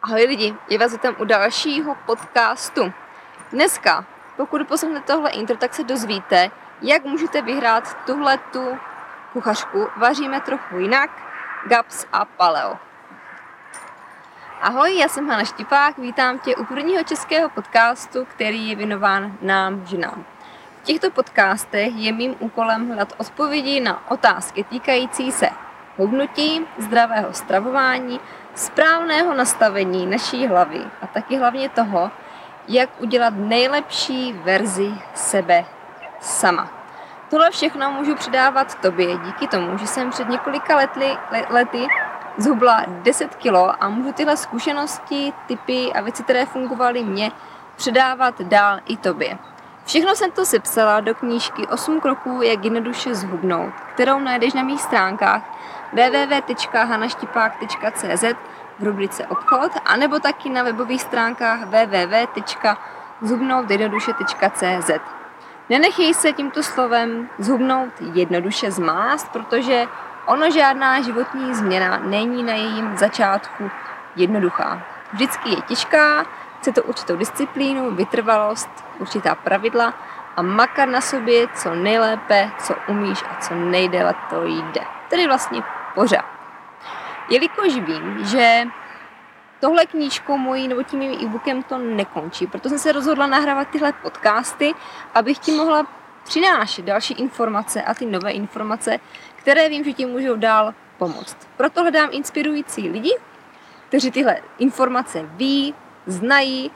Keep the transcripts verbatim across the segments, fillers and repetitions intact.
Ahoj lidi, já vás vítám u dalšího podcastu. Dneska, pokud poslechnete tohle intro, tak se dozvíte, jak můžete vyhrát tuhletu kuchařku. Vaříme trochu jinak, Gabs a Paleo. Ahoj, já jsem Hana Štipák, vítám tě u prvního českého podcastu, který je věnován nám, ženám. V těchto podcastech je mým úkolem hledat odpovědi na otázky týkající se hubnutí, zdravého stravování, správného nastavení naší hlavy a taky hlavně toho, jak udělat nejlepší verzi sebe sama. Tohle všechno můžu předávat tobě díky tomu, že jsem před několika lety, lety zhubla deset kilo a můžu tyhle zkušenosti, tipy a věci, které fungovaly mně, předávat dál i tobě. Všechno jsem to sepsala do knížky osm kroků, jak jednoduše zhubnout, kterou najdeš na mých stránkách w w w tečka hanaštipák tečka c z v rubrice obchod, anebo taky na webových stránkách w w w tečka zhubnout jednoduše tečka c z. Nenechej se tímto slovem zhubnout jednoduše zmást, protože ono žádná životní změna není na jejím začátku jednoduchá. Vždycky je těžká, chce to určitou disciplínu, vytrvalost, určitá pravidla a makat na sobě co nejlépe, co umíš a co nejdéle to jde. Tedy vlastně pořád. Jelikož vím, že tohle knížkou mojí nebo tím mým e-bookem to nekončí, proto jsem se rozhodla nahrávat tyhle podcasty, abych ti mohla přinášet další informace a ty nové informace, které vím, že ti můžou dál pomoct. Proto hledám inspirující lidi, kteří tyhle informace ví, znají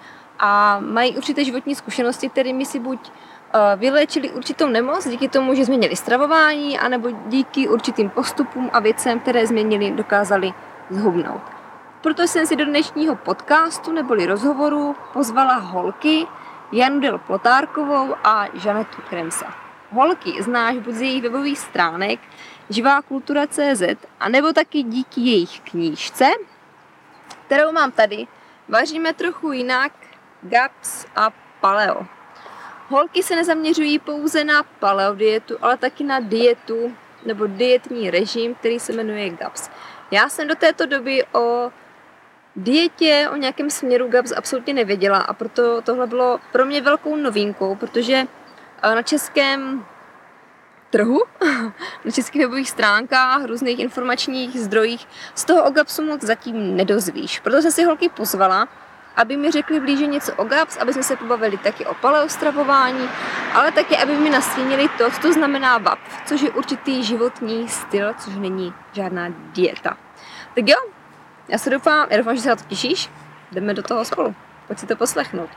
a mají určité životní zkušenosti, kterými si buď vyléčili určitou nemoc díky tomu, že změnili stravování, anebo díky určitým postupům a věcem, které změnili, dokázali zhubnout. Proto jsem si do dnešního podcastu neboli rozhovoru pozvala holky Janu Del Plotárkovou a Žanetu Kremsa. Holky znáš buď z jejich webových stránek živá kultura tečka cé zet, anebo taky díky jejich knížce, kterou mám tady. Vaříme trochu jinak, Gabs a Paleo. Holky se nezaměřují pouze na paleo dietu, ale taky na dietu nebo dietní režim, který se jmenuje Gabs. Já jsem do této doby o dietě, o nějakém směru Gabs absolutně nevěděla a proto tohle bylo pro mě velkou novinkou, protože na českém trhu, na českých webových stránkách, různých informačních zdrojích z toho o Gabsu moc zatím nedozvíš. Proto jsem si holky pozvala, aby mi řekli blíže něco o Gabs, aby jsme se pobavili taky o paleostravování, ale taky, aby mi nastínili to, co to znamená V A P, což je určitý životní styl, což není žádná dieta. Tak jo, já se doufám, já doufám, že se na to těšíš, jdeme do toho spolu, pojď si to poslechnout.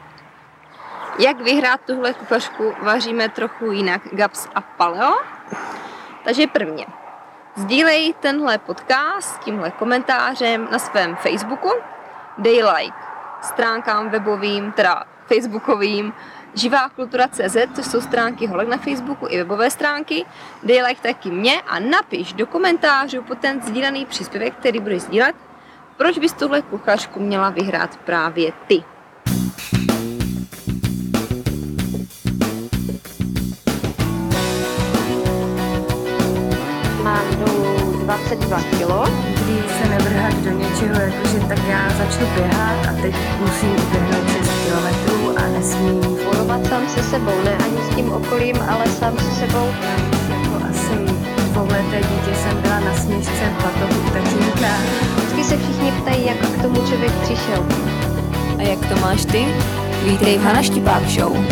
Jak vyhrát tuhle kuchařku, vaříme trochu jinak, Gabs a Paleo. Takže prvně, sdílej tenhle podcast s tímhle komentářem na svém Facebooku, dej like stránkám webovým, teda facebookovým, živá kultura tečka cé zet, což jsou stránky holek na Facebooku i webové stránky, dej like taky mě a napiš do komentářů pod ten sdílený příspěvek, který budeš sdílet, proč bys tuhle kuchařku měla vyhrát právě ty. Mám dolů dvacet dva kilo. Nikdy se nevrhat do něčeho, jakože tak já začnu běhat a teď musím uběhnout šest kilometrů a nesmím Bojovat sám se sebou, ne ani s tím okolím, ale sám se sebou. Jako asi dvouleté dítě jsem byla na sněžce v batohu tatínka. Vždycky se všichni ptají, jak k tomu člověk přišel. A jak to máš ty? Vítej v Hana Štipák Show.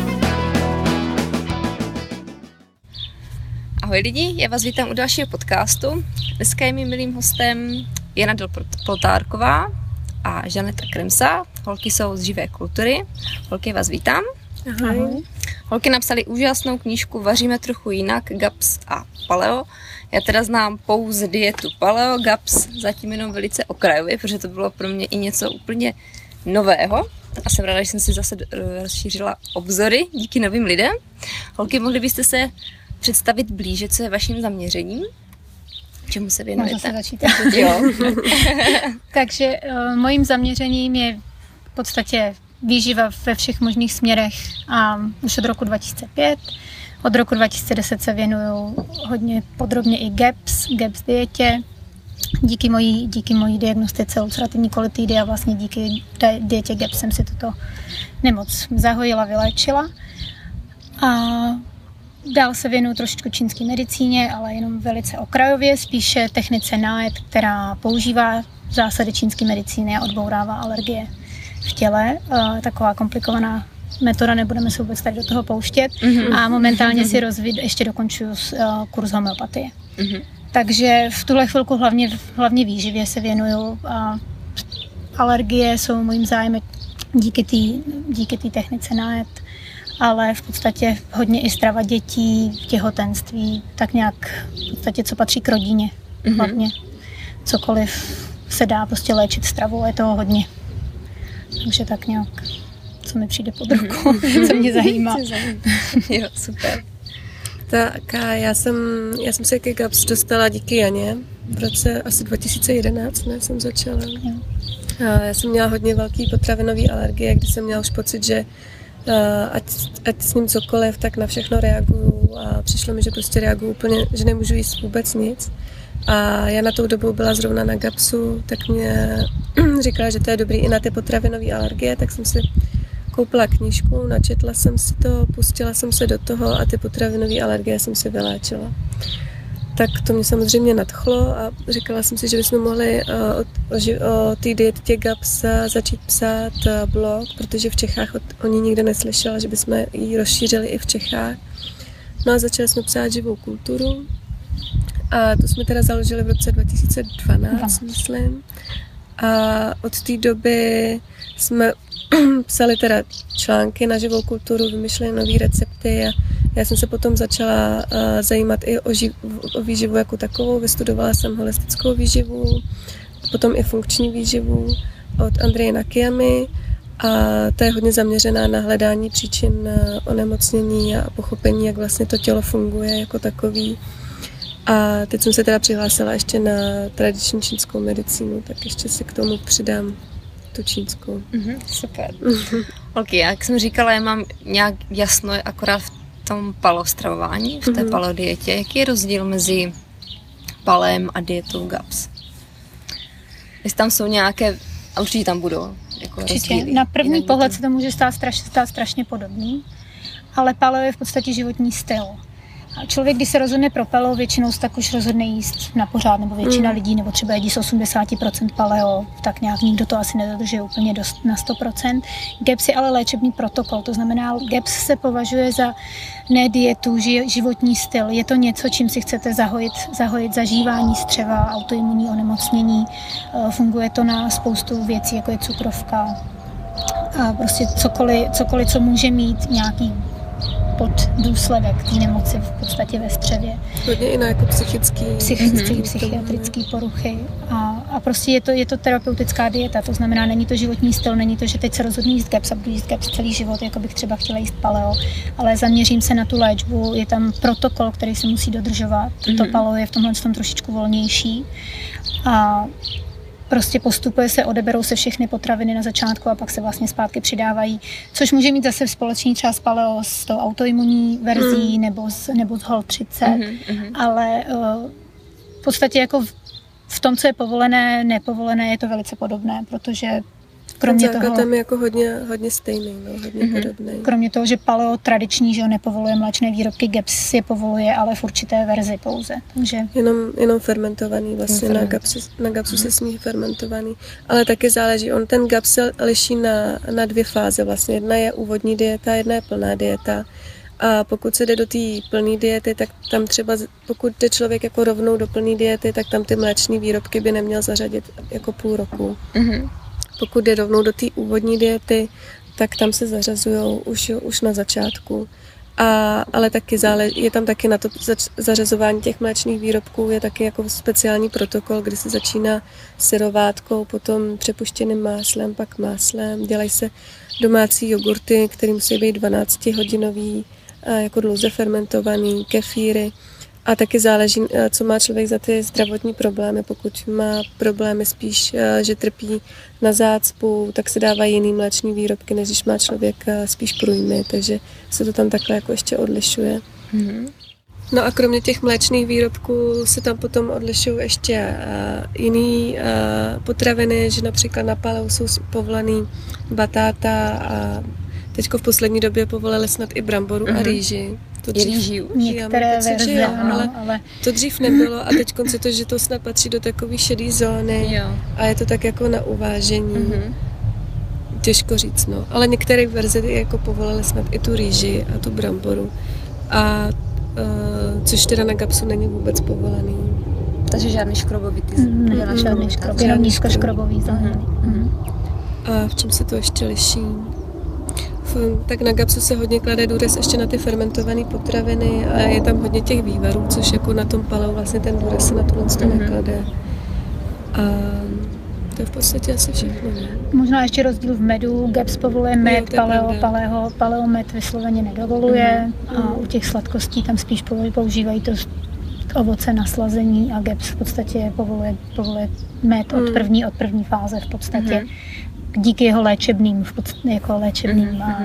Ahoj lidi, já vás vítám u dalšího podcastu. Dneska je mým milým hostem Jana Del Plotárková a Žaneta Kremsa. Holky jsou z živé kultury. Holky, vás vítám. Ahoj. Holky napsali úžasnou knížku Vaříme trochu jinak, Gabs a Paleo. Já teda znám pouze dietu Paleo, Gabs zatím jenom velice okrajově, protože to bylo pro mě i něco úplně nového. A jsem ráda, že jsem si zase rozšířila obzory díky novým lidem. Holky, mohli byste se představit blíže, co je vaším zaměřením? Čemu se věnujete? Můžu se začít. Jo. Takže uh, mojím zaměřením je v podstatě výživa ve všech možných směrech a už od roku dva tisíce pět. Od roku dva tisíce deset se věnuju hodně podrobně i Gabs, Gabs dietě. díky mojí, díky mojí diagnostice ulcerativní kolitidy a vlastně díky dietě G A P S jsem si tuto nemoc zahojila, vyléčila. A dál se věnuju trošičku čínské medicíně, ale jenom velice okrajově, spíše technice N A E T, která používá zásady čínské medicíny a odbourává alergie v těle. Taková komplikovaná metoda, nebudeme se vůbec tady do toho pouštět. Mm-hmm. A momentálně si rozvíd, ještě dokončuju kurz homeopatie. Mm-hmm. Takže v tuhle chvilku hlavně, hlavně výživě se věnuju. A alergie jsou mojím zájmem díky té díky té technice N A E T, ale v podstatě hodně i strava dětí, těhotenství, tak nějak v podstatě, co patří k rodině. Mm-hmm. Hlavně cokoliv se dá prostě léčit stravou, je toho hodně. Takže tak nějak, co mi přijde pod ruku, co mě zajímá. Jo, super. Tak a já jsem, já jsem se ke G A P S dostala díky Janě. V roce asi dva tisíce jedenáct, ne, jsem začala. Jo. A já jsem měla hodně velký potravinový alergie, kdy jsem měla už pocit, že ať, ať s ním cokoliv, tak na všechno reaguju a přišlo mi, že prostě reaguju úplně, že nemůžu jíst vůbec nic. A já na tou dobou byla zrovna na G A P S u, tak mě říkala, že to je dobrý i na ty potravinové alergie, tak jsem si koupila knížku, načetla jsem si to, pustila jsem se do toho a ty potravinové alergie jsem si vyléčila. Tak to mě samozřejmě nadchlo a říkala jsem si, že bychom mohli o, o, o té dietě G A P S začít psát blog, protože v Čechách o ní nikdo neslyšela, že bychom ji rozšířili i v Čechách. No a začali jsme psát živou kulturu a to jsme teda založili v roce dva tisíce dvanáct, myslím. A od té doby jsme psali teda články na živou kulturu, vymýšleli nové recepty a já jsem se potom začala uh, zajímat i o, živ, o výživu jako takovou. Vystudovala jsem holistickou výživu, potom i funkční výživu od Andreje Nakiyamy a ta je hodně zaměřená na hledání příčin onemocnění a pochopení, jak vlastně to tělo funguje jako takový. A teď jsem se teda přihlásila ještě na tradiční čínskou medicínu, tak ještě si k tomu přidám tu čínskou. Mm-hmm, super. Ok, jak jsem říkala, já mám nějak jasno akorát v tom palostravování, v té mm-hmm. palodietě. Jaký je rozdíl mezi palem a dietou G A P S? Jestli tam jsou nějaké, a určitě tam budou, jako určitě. Rozdíly. Na první pohled se to může stát, straš, stát strašně podobný, ale paleo je v podstatě životní styl. A člověk, když se rozhodne pro paleo, většinou se tak už rozhodne jíst na pořád, nebo většina mm. lidí, nebo třeba jedí z osmdesát procent paleo, tak nějak nikdo to asi nedodržuje úplně dost na sto procent. G A P S je ale léčebný protokol, to znamená, G A P S se považuje za ne dietu, životní styl. Je to něco, čím si chcete zahojit, zahojit zažívání střeva, autoimunní onemocnění. Funguje to na spoustu věcí, jako je cukrovka. A prostě cokoliv, cokoliv, co může mít nějaký pod důsledek té nemoci v podstatě ve střevě. Hodně i na jako psychický, psychický mm-hmm. psychiatrické poruchy. A, a prostě je to, je to terapeutická dieta, to znamená, není to životní styl, není to, že teď se rozhodnu jíst G A P S a budu jíst G A P S celý život, jako bych třeba chtěla jíst paleo, ale zaměřím se na tu léčbu, je tam protokol, který se musí dodržovat. Mm-hmm. To paleo je v tomhle tom trošičku volnější. A prostě postupuje se, odeberou se všechny potraviny na začátku a pak se vlastně zpátky přidávají, což může mít zase společný třeba s paleo s tou autoimunní verzí mm. nebo s, nebo s hol třicet, mm-hmm. ale uh, v podstatě jako v, v tom, co je povolené, nepovolené, je to velice podobné, protože kromě ten toho... tam je jako hodně, hodně stejný, no, hodně mm-hmm. podobný. Kromě toho, že paleo tradiční, že ho nepovoluje mléčné výrobky, G A P S je povoluje, ale v určité verzi pouze. Takže... Jenom, jenom fermentovaný, vlastně na G A P S, na G A P S mm-hmm. se smí fermentovaný, ale taky záleží, on ten G A P S liší na, na dvě fáze vlastně, jedna je úvodní dieta, jedna je plná dieta. A pokud se jde do té plné diety, tak tam třeba, pokud jde člověk jako rovnou do plné diety, tak tam ty mléčné výrobky by neměl zařadit jako půl roku. Mm-hmm. Pokud jde rovnou do té úvodní diety, tak tam se zařazujou už, už na začátku. A, ale taky záleží, je tam taky na to zač, zařazování těch mléčných výrobků, je taky jako speciální protokol, kdy se začíná syrovátkou, potom přepuštěným máslem, pak máslem. Dělají se domácí jogurty, které musí být dvanáctihodinový, jako dlouze fermentovaný, kefíry. A taky záleží, co má člověk za ty zdravotní problémy. Pokud má problémy spíš, že trpí na zácpu, tak se dávají jiný mléčný výrobky, než když má člověk spíš průjmy, takže se to tam takhle jako ještě odlišuje. Mm-hmm. No a kromě těch mléčných výrobků se tam potom odlišují ještě uh, jiný uh, potraviny, že například na paleu jsou povolený batáta a teďko v poslední době povolili snad i bramboru mm-hmm. a rýži. To dřív, rýži už. Některé pocit, verze, jo, ano, ale, ale to dřív nebylo a teď konce to, že to snad patří do takové šedé zóny Jo. a je to tak jako na uvážení. Mhm. Těžko říct, no. Ale některé verze jako povolily snad i tu rýži a tu bramboru. A uh, což teda na Gapsu není vůbec povolený. Takže žádný škrobovitý. ne, žádný škrob, jenom nízkoškrobový zelený. A v čem se to ještě liší? V, tak na Gapsu se hodně klade důraz ještě na ty fermentované potraviny a je tam hodně těch vývarů, což jako na tom paleu vlastně ten důraz se na tohle mm-hmm. neklade. A to je v podstatě asi všechno. Ne? Možná ještě rozdíl v medu. Gaps povoluje Jo, med, to je paleo, pravda. paleo, paleo med vysloveně nedovoluje Mhm. a u těch sladkostí tam spíš používají to ovoce na slazení a Gaps v podstatě povoluje, povoluje med od Mhm. první, od první fáze v podstatě. Mhm. Díky jeho léčebným, v podstatě, jako léčebným Mhm, a,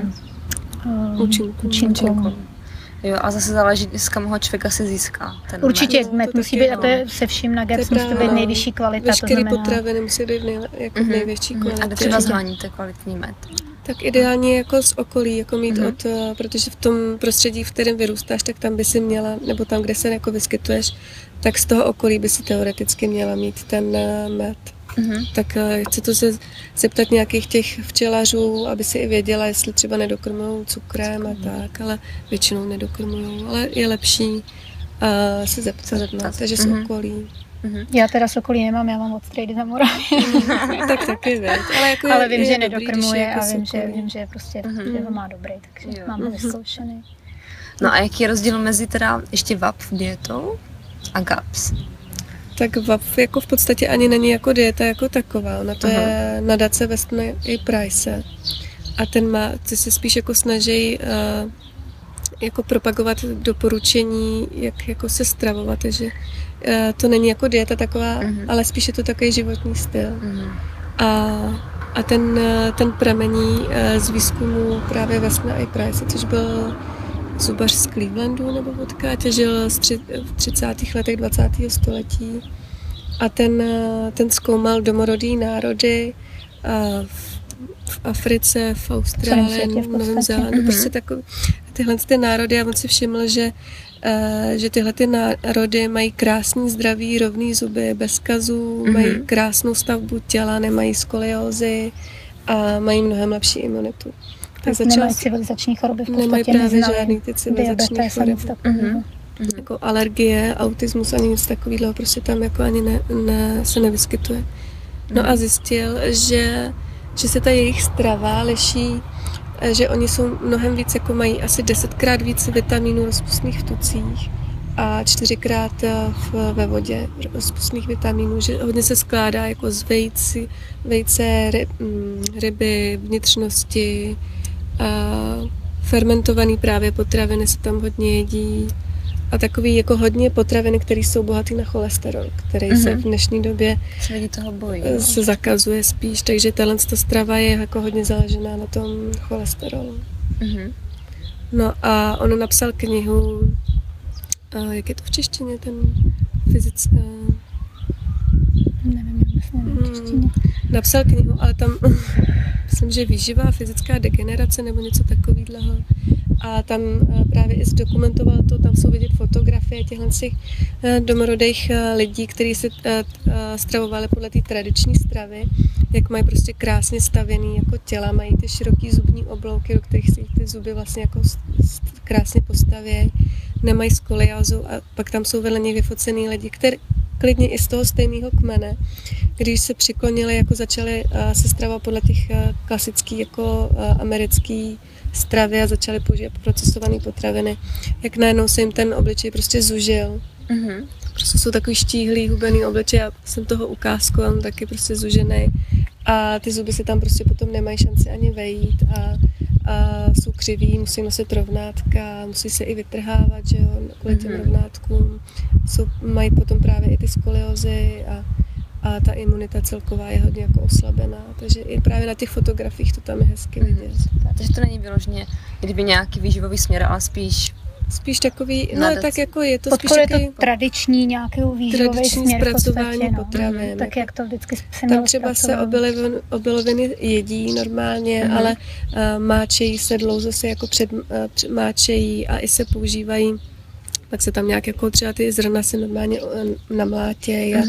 um, Účinkům. účinkům. Jo, a zase záleží, z kam ho člověka si získá. Ten Určitě No, med to musí taky, být, a to je se vším na Gaps To je musí to pravda, být no. nejvyšší kvalita, to Veškeré znamená... potraviny musí být nejle, jako Mhm. největší Mhm. kvalitě. A kde třeba zháníte kvalitní med? Tak ideálně jako z okolí, jako mít Mhm. od, eh, protože v tom prostředí, v kterém vyrůstáš, tak tam by si měla, nebo tam, kde se jako vyskytuješ, tak z toho okolí by si teoreticky měla mít ten eh, med. Mhm. Tak eh, chci to se zeptat nějakých těch včelařů, aby si i věděla, jestli třeba nedokrmují cukrem a tak, ale většinou nedokrmují, ale je lepší uh, se zeptat, Se zeptat. No, takže z Mhm. okolí. Mhm. Já teda z okolí nemám, já mám od strejdy za Moravě. Tak taky, veď. Ale, jako Ale je, vím, je že dobrý, nedokrmuje když je a jako vím, z že, okolí. vím, že prostě Mhm. že ho má dobrý, takže Jo. mám ho Mhm. vyzkoušený. No a jaký je rozdíl mezi teda ještě V A P dietou a Gaps? Tak V A P jako v podstatě ani není jako dieta jako taková. Ona to Aha. je nadace Westona i Price. A ten má, ty se spíš jako snaží uh, jako propagovat doporučení, jak jako se stravovat. Takže uh, to není jako dieta taková, Mhm. ale spíš je to takový životní styl. Mhm. A, a ten, eh, ten pramení eh, z výzkumu právě Westona i Price, což byl zubař z Clevelandu nebo odkud, žil z tři, v třicátých letech dvacátého století. A ten, eh, ten zkoumal domorodý národy eh, v, v Africe, v Austrálii, světě v v Novém podstatě. Zélandu. Mhm. Prostě takový, tyhle ty národy, a on si všiml, že eh, že tyhle ty národy mají krásný, zdravý, rovný zuby, bez kazů, Mhm. mají krásnou stavbu těla, nemají skoliózy a mají mnohem lepší imunitu. Tak začal, Nemají civilizační choroby v nemají podstatě, právě neznali žádný ty civilizační diabetes a nic choroby. takového. Mhm. Jako alergie, autismus ani nic takového, prostě tam jako ani ne, ne, se nevyskytuje. No a zjistil, že, že se ta jejich strava liší, eh, že oni jsou mnohem víc, jako mají asi desetkrát víc vitamínů rozpustných v tucích a čtyřikrát eh, v, ve vodě rozpustných vitamínů, že hodně se skládá jako z vejci, vejce, ry, mm, ryby, vnitřnosti, a fermentovaný právě potraviny se tam hodně jedí a takový jako hodně potraviny, které jsou bohaté na cholesterol, který mm-hmm. se v dnešní době Se lidi toho bojí. eh, no. se zakazuje spíš, takže tahle strava je jako hodně založená na tom cholesterolu. Mhm. No a on napsal knihu, a jak je to v češtině, ten fyzic... eh, Nevím, já vůbec nevím v češtině. Napsal knihu, ale tam myslím, že výživa a fyzická degenerace nebo něco takového. A tam eh, právě i zdokumentoval to, tam jsou vidět fotografie těchto těch eh, domorodých eh, lidí, kteří se eh, eh, stravovali podle té tradiční stravy, jak mají prostě krásně stavěný jako těla, mají ty široký zubní oblouky, do kterých si ty zuby vlastně jako s- s- krásně postavějí, nemají skoliózu a pak tam jsou vedle nich vyfocený lidi, který klidně i z toho stejného kmene, když se přiklonili, jako začali uh, se stravovat podle těch uh, klasických jako uh, americký stravy a začali používat procesované potraviny, jak najednou se jim ten obličej prostě zužil. Mhm. Prostě jsou takový štíhlý, hubený obličej a jsem toho ukázku, on taky prostě zužený. A ty zuby si tam prostě potom nemají šanci ani vejít a, a jsou křiví, musí nosit rovnátka, musí se i vytrhávat, že jo, kvůli těm Mhm. rovnátkům. Jsou, mají potom právě i ty skoliozy a, a ta imunita celková je hodně jako oslabená, takže i právě na těch fotografiích to tam je hezky vidět. Takže to není vyloženě kdyby nějaký výživový směr, ale spíš spíš takový, no Nadace. tak jako je to Podporuje spíš to takový tradiční nějaký výživový tradiční směr v zpracování podstatě, no. potravin. Tak jako, jak to vždycky se tam mělo třeba se zpracovat. obilovin, obiloviny jedí normálně, Mhm. ale uh, máčejí se dlouho se jako před, uh, před- máčejí a i se používají. Pak se tam nějak jako třeba ty zrna se normálně uh, namlátějí a, Mhm.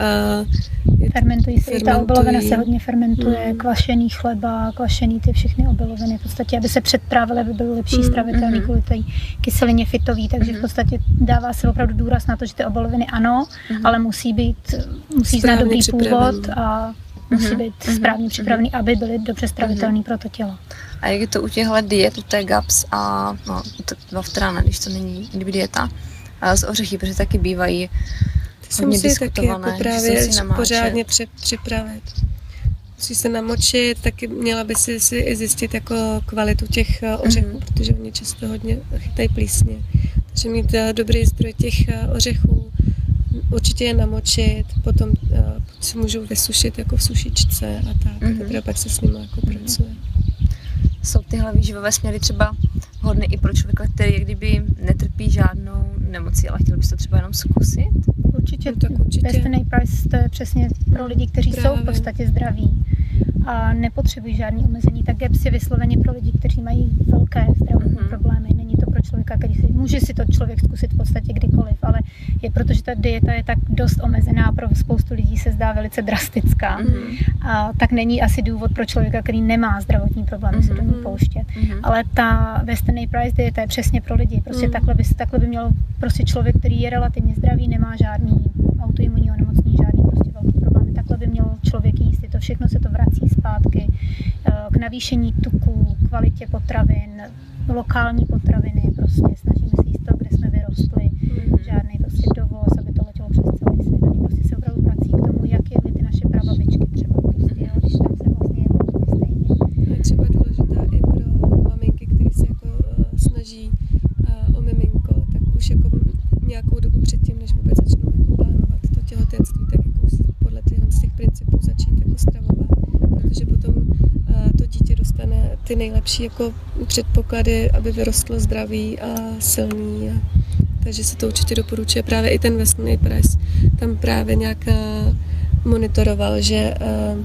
a Fermentují se, i ta fermentují. obilovina se hodně fermentuje, Mm. kvašený chleba, kvašený ty všechny obiloviny, v podstatě, aby se předpravily, aby byly lepší Mm, stravitelný mhm. kvůli té kyselině fytový, takže v Mhm. podstatě dává se opravdu důraz na to, že ty obiloviny ano, Mhm. ale musí být, musí znát Správně dobrý připravený. původ a musí Mhm, být mhm, správně mhm. připravený, aby byly dobře stravitelný pro to tělo. A jak je to u těchhle diet, u té GAPS a no, to Vaftrana, když to není kdyby dieta, a z ořechy, protože taky bývají ty se hodně musí taky diskutované, jako že právě se musí namáčet. pořádně při, připravit. Musí se namočit, taky měla by si, si i zjistit jako kvalitu těch eh, ořechů, Mhm. protože oni často hodně chytají plísně. Takže mít eh, dobrý zdroj těch eh, ořechů, určitě je namočit, potom eh, si můžou vysušit jako v sušičce a tak. Mhm. A teprve pak se s nimi jako Mhm. pracuje. Jsou tyhle výživové směry třeba hodné i pro člověka, který jak kdyby netrpí žádnou nemocí, ale chtěl bys to třeba jenom zkusit? Určitě, No tak určitě. Best and Price to je přesně pro lidi, kteří jsou v Právě. podstatě zdraví a nepotřebují žádný omezení. Tak GAPS je vysloveně pro lidi, kteří mají velké zdravotní Mhm. problémy. Není to pro člověka, který si, může si to člověk zkusit v podstatě kdykoliv, ale je protože ta dieta je tak dost omezená, pro spoustu lidí se zdá velice drastická. Mhm. A tak není asi důvod pro člověka, který nemá zdravotní problémy, se do ní Mhm. pouštět. Mhm. Ale ta Western Price dieta je přesně pro lidi. Prostě Mm. takhle, by, takhle by měl prostě člověk, který je relativně zdravý, nemá žádný autoimunní onemocnění, žádný prostě velký problémy. Takhle by měl člověk jíst. Je to všechno se to vrací zpátky eh, k navýšení tuků, kvalitě potravin, lokální potraviny. Prostě snažíme se jíst to, kde jsme vyrostli. Žádný prostě dovoz, aby to letělo přes celý svět. Oni prostě se opravdu vrací k tomu, jak jedly ty naše prababičky třeba prostě, jo, když tam se vlastně jedlo úplně stejně. A je třeba důležitá i pro maminky, které se jako uh, snaží uh, o miminko, tak už jako m- nějakou dobu předtím, než vůbec začnou jako plánovat to těhotenství, tak jako už podle těchto z těch principů začít jako stravovat, protože potom uh, to dítě dostane ty nejlepší jako předpoklady, aby vyrostlo zdravý a silný. A, takže se to určitě doporučuje. Právě i ten Western Price tam právě nějak uh, monitoroval, že uh,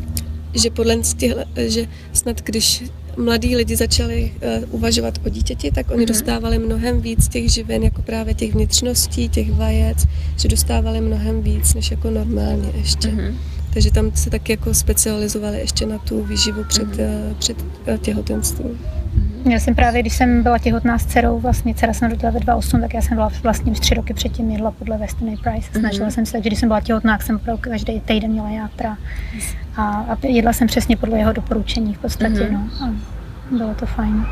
že podle z těch, že snad když mladí lidi začali uh, uvažovat o dítěti, tak oni Mhm. dostávali mnohem víc těch živin, jako právě těch vnitřností, těch vajec, že dostávali mnohem víc, než jako normálně ještě. Mhm. Takže tam se taky jako specializovali ještě na tu výživu před, Mhm. uh, před uh, těhotenstvím. Já jsem právě, když jsem byla těhotná s dcerou, vlastně dcera jsem rodila ve dva osm, tak já jsem byla vlastně už tři roky předtím jedla podle Western Price. Snažila Mhm. jsem se, takže když jsem byla těhotná, tak jsem opravdu každý týden měla játra. A, a jedla jsem přesně podle jeho doporučení v podstatě, Mhm. no. A bylo to fajn.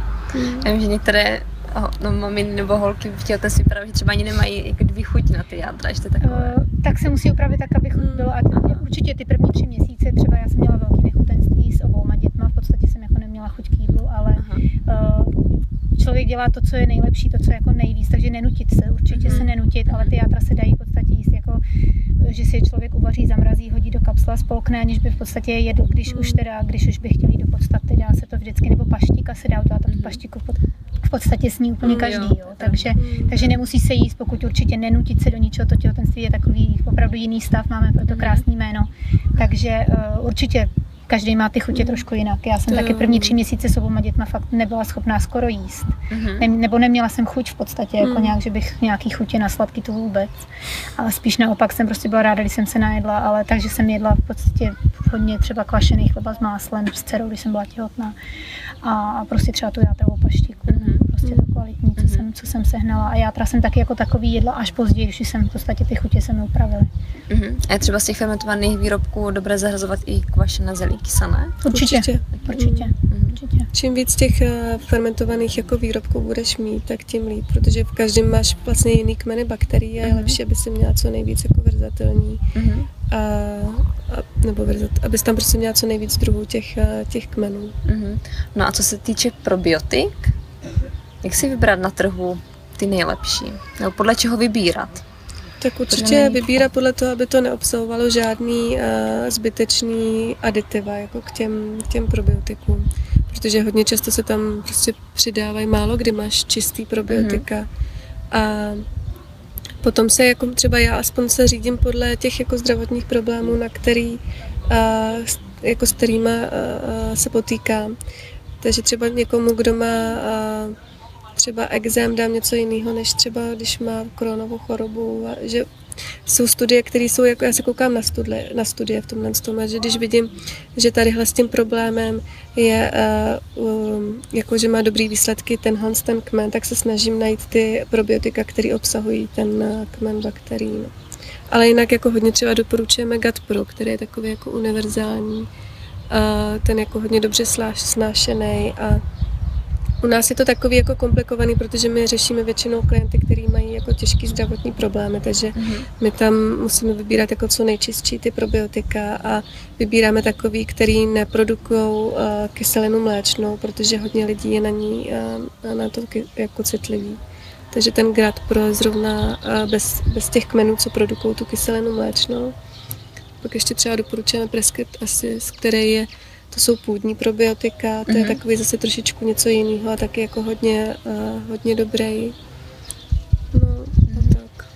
Já vím, že některé oh, no, maminy nebo holky v těhotenství právě třeba ani nemají jako kdyby chuť na ty jádra, ještě takové. Uh, tak se musí upravit tak, aby chuť bylo. A t- určitě ty první tři měsíce, třeba já jsem měla velký nechutenství s obouma dětma, v podstatě jsem jako neměla chuť k jídlu, ale Aha. uh, člověk dělá to, co je nejlepší, to, co je jako nejvíc, takže nenutit se, určitě Mhm. se nenutit, ale ty játra se dají v podstatě jíst jako, že si je člověk uvaří, zamrazí, hodí do kapsla, spolkne, aniž by v podstatě jedl, když už teda, když už by chtěl jít do podstaty, dá se to vždycky, nebo paštíka se dá udělat, a tu Mhm. paštiku v pod- v podstatě sní úplně Mm, každý, jo, jo, to je takže, Mm. takže nemusí se jíst, pokud určitě nenutit se do ničeho, to těhotenství je takový opravdu jiný stav, máme proto Mhm. krásný jméno, takže uh, určitě každý má ty chutě trošku jinak. Já jsem To taky jo. první tři měsíce s oboma dětma fakt nebyla schopná skoro jíst. Mhm. Ne, nebo neměla jsem chuť v podstatě, jako Mm. nějak, že bych nějaký chutě na sladký to vůbec. Ale spíš naopak jsem prostě byla ráda, když jsem se najedla, ale takže jsem jedla v podstatě hodně třeba kvašený chleba s máslem s dcerou, když jsem byla těhotná. A, a prostě třeba tu játrovou paštiku. Mhm. Prostě to kvalitní, co, Mhm. jsem, co jsem sehnala. A játra jsem taky jako takový jedla až později, když jsem v podstatě ty chutě se mi upravily. Mhm. A je třeba z těch fermentovaných výrobků dobré zahrazovat i kvašené zelí kysané? Určitě, určitě, určitě. Mhm. určitě. Čím víc těch eh, fermentovaných jako výrobků budeš mít, tak tím líp, protože v každém máš vlastně jiný kmeny bakterií a je Mhm. lepší, aby si měla co nejvíc jako verzatelní. Mhm. A, a, nebo verzat, abys tam prostě měla co nejvíc druhů těch, eh, těch kmenů. Mhm. No a co se týče probiotik, jak si vybrat na trhu ty nejlepší? Nebo podle čeho vybírat? Tak určitě Protože nej- vybírat podle toho, aby to neobsahovalo žádný uh, zbytečný aditiva jako k těm, těm probiotikům. protože hodně často se tam prostě přidávají, málo kdy máš čistý probiotika. Mm-hmm. A potom se jako třeba já aspoň se řídím podle těch jako zdravotních problémů, na který, a, jako s kterýma a, a se potýkám. Takže třeba někomu, kdo má a, třeba exém, dám něco jiného, než třeba když má koronovou chorobu. A, že jsou studie, které jsou, jako já se koukám na studie, na studie v tomhle tom, že když vidím, že tadyhle s tím problémem je, uh, um, jako že má dobrý výsledky tenhle ten kmen, tak se snažím najít ty probiotika, které obsahují ten uh, kmen bakterií. No. Ale jinak jako hodně třeba doporučujeme Gut Pro, který je takový jako univerzální, a ten jako hodně dobře snášený a u nás je to takový jako komplikovaný, protože my řešíme většinou klienty, kteří mají jako těžký zdravotní problémy, takže mm-hmm. my tam musíme vybírat jako co nejčistší ty probiotika a vybíráme takový, který neprodukují uh, kyselinu mléčnou, protože hodně lidí je na ní uh, na to jako citlivý. Takže ten Gut Pro je zrovna uh, bez, bez těch kmenů, co produkují tu kyselinu mléčnou. Pak ještě třeba doporučujeme Prescript Assist, který je to jsou půdní probiotika, to mm-hmm. je takový zase trošičku něco jiného a taky jako hodně, uh, hodně dobrý. No mm-hmm. a tak.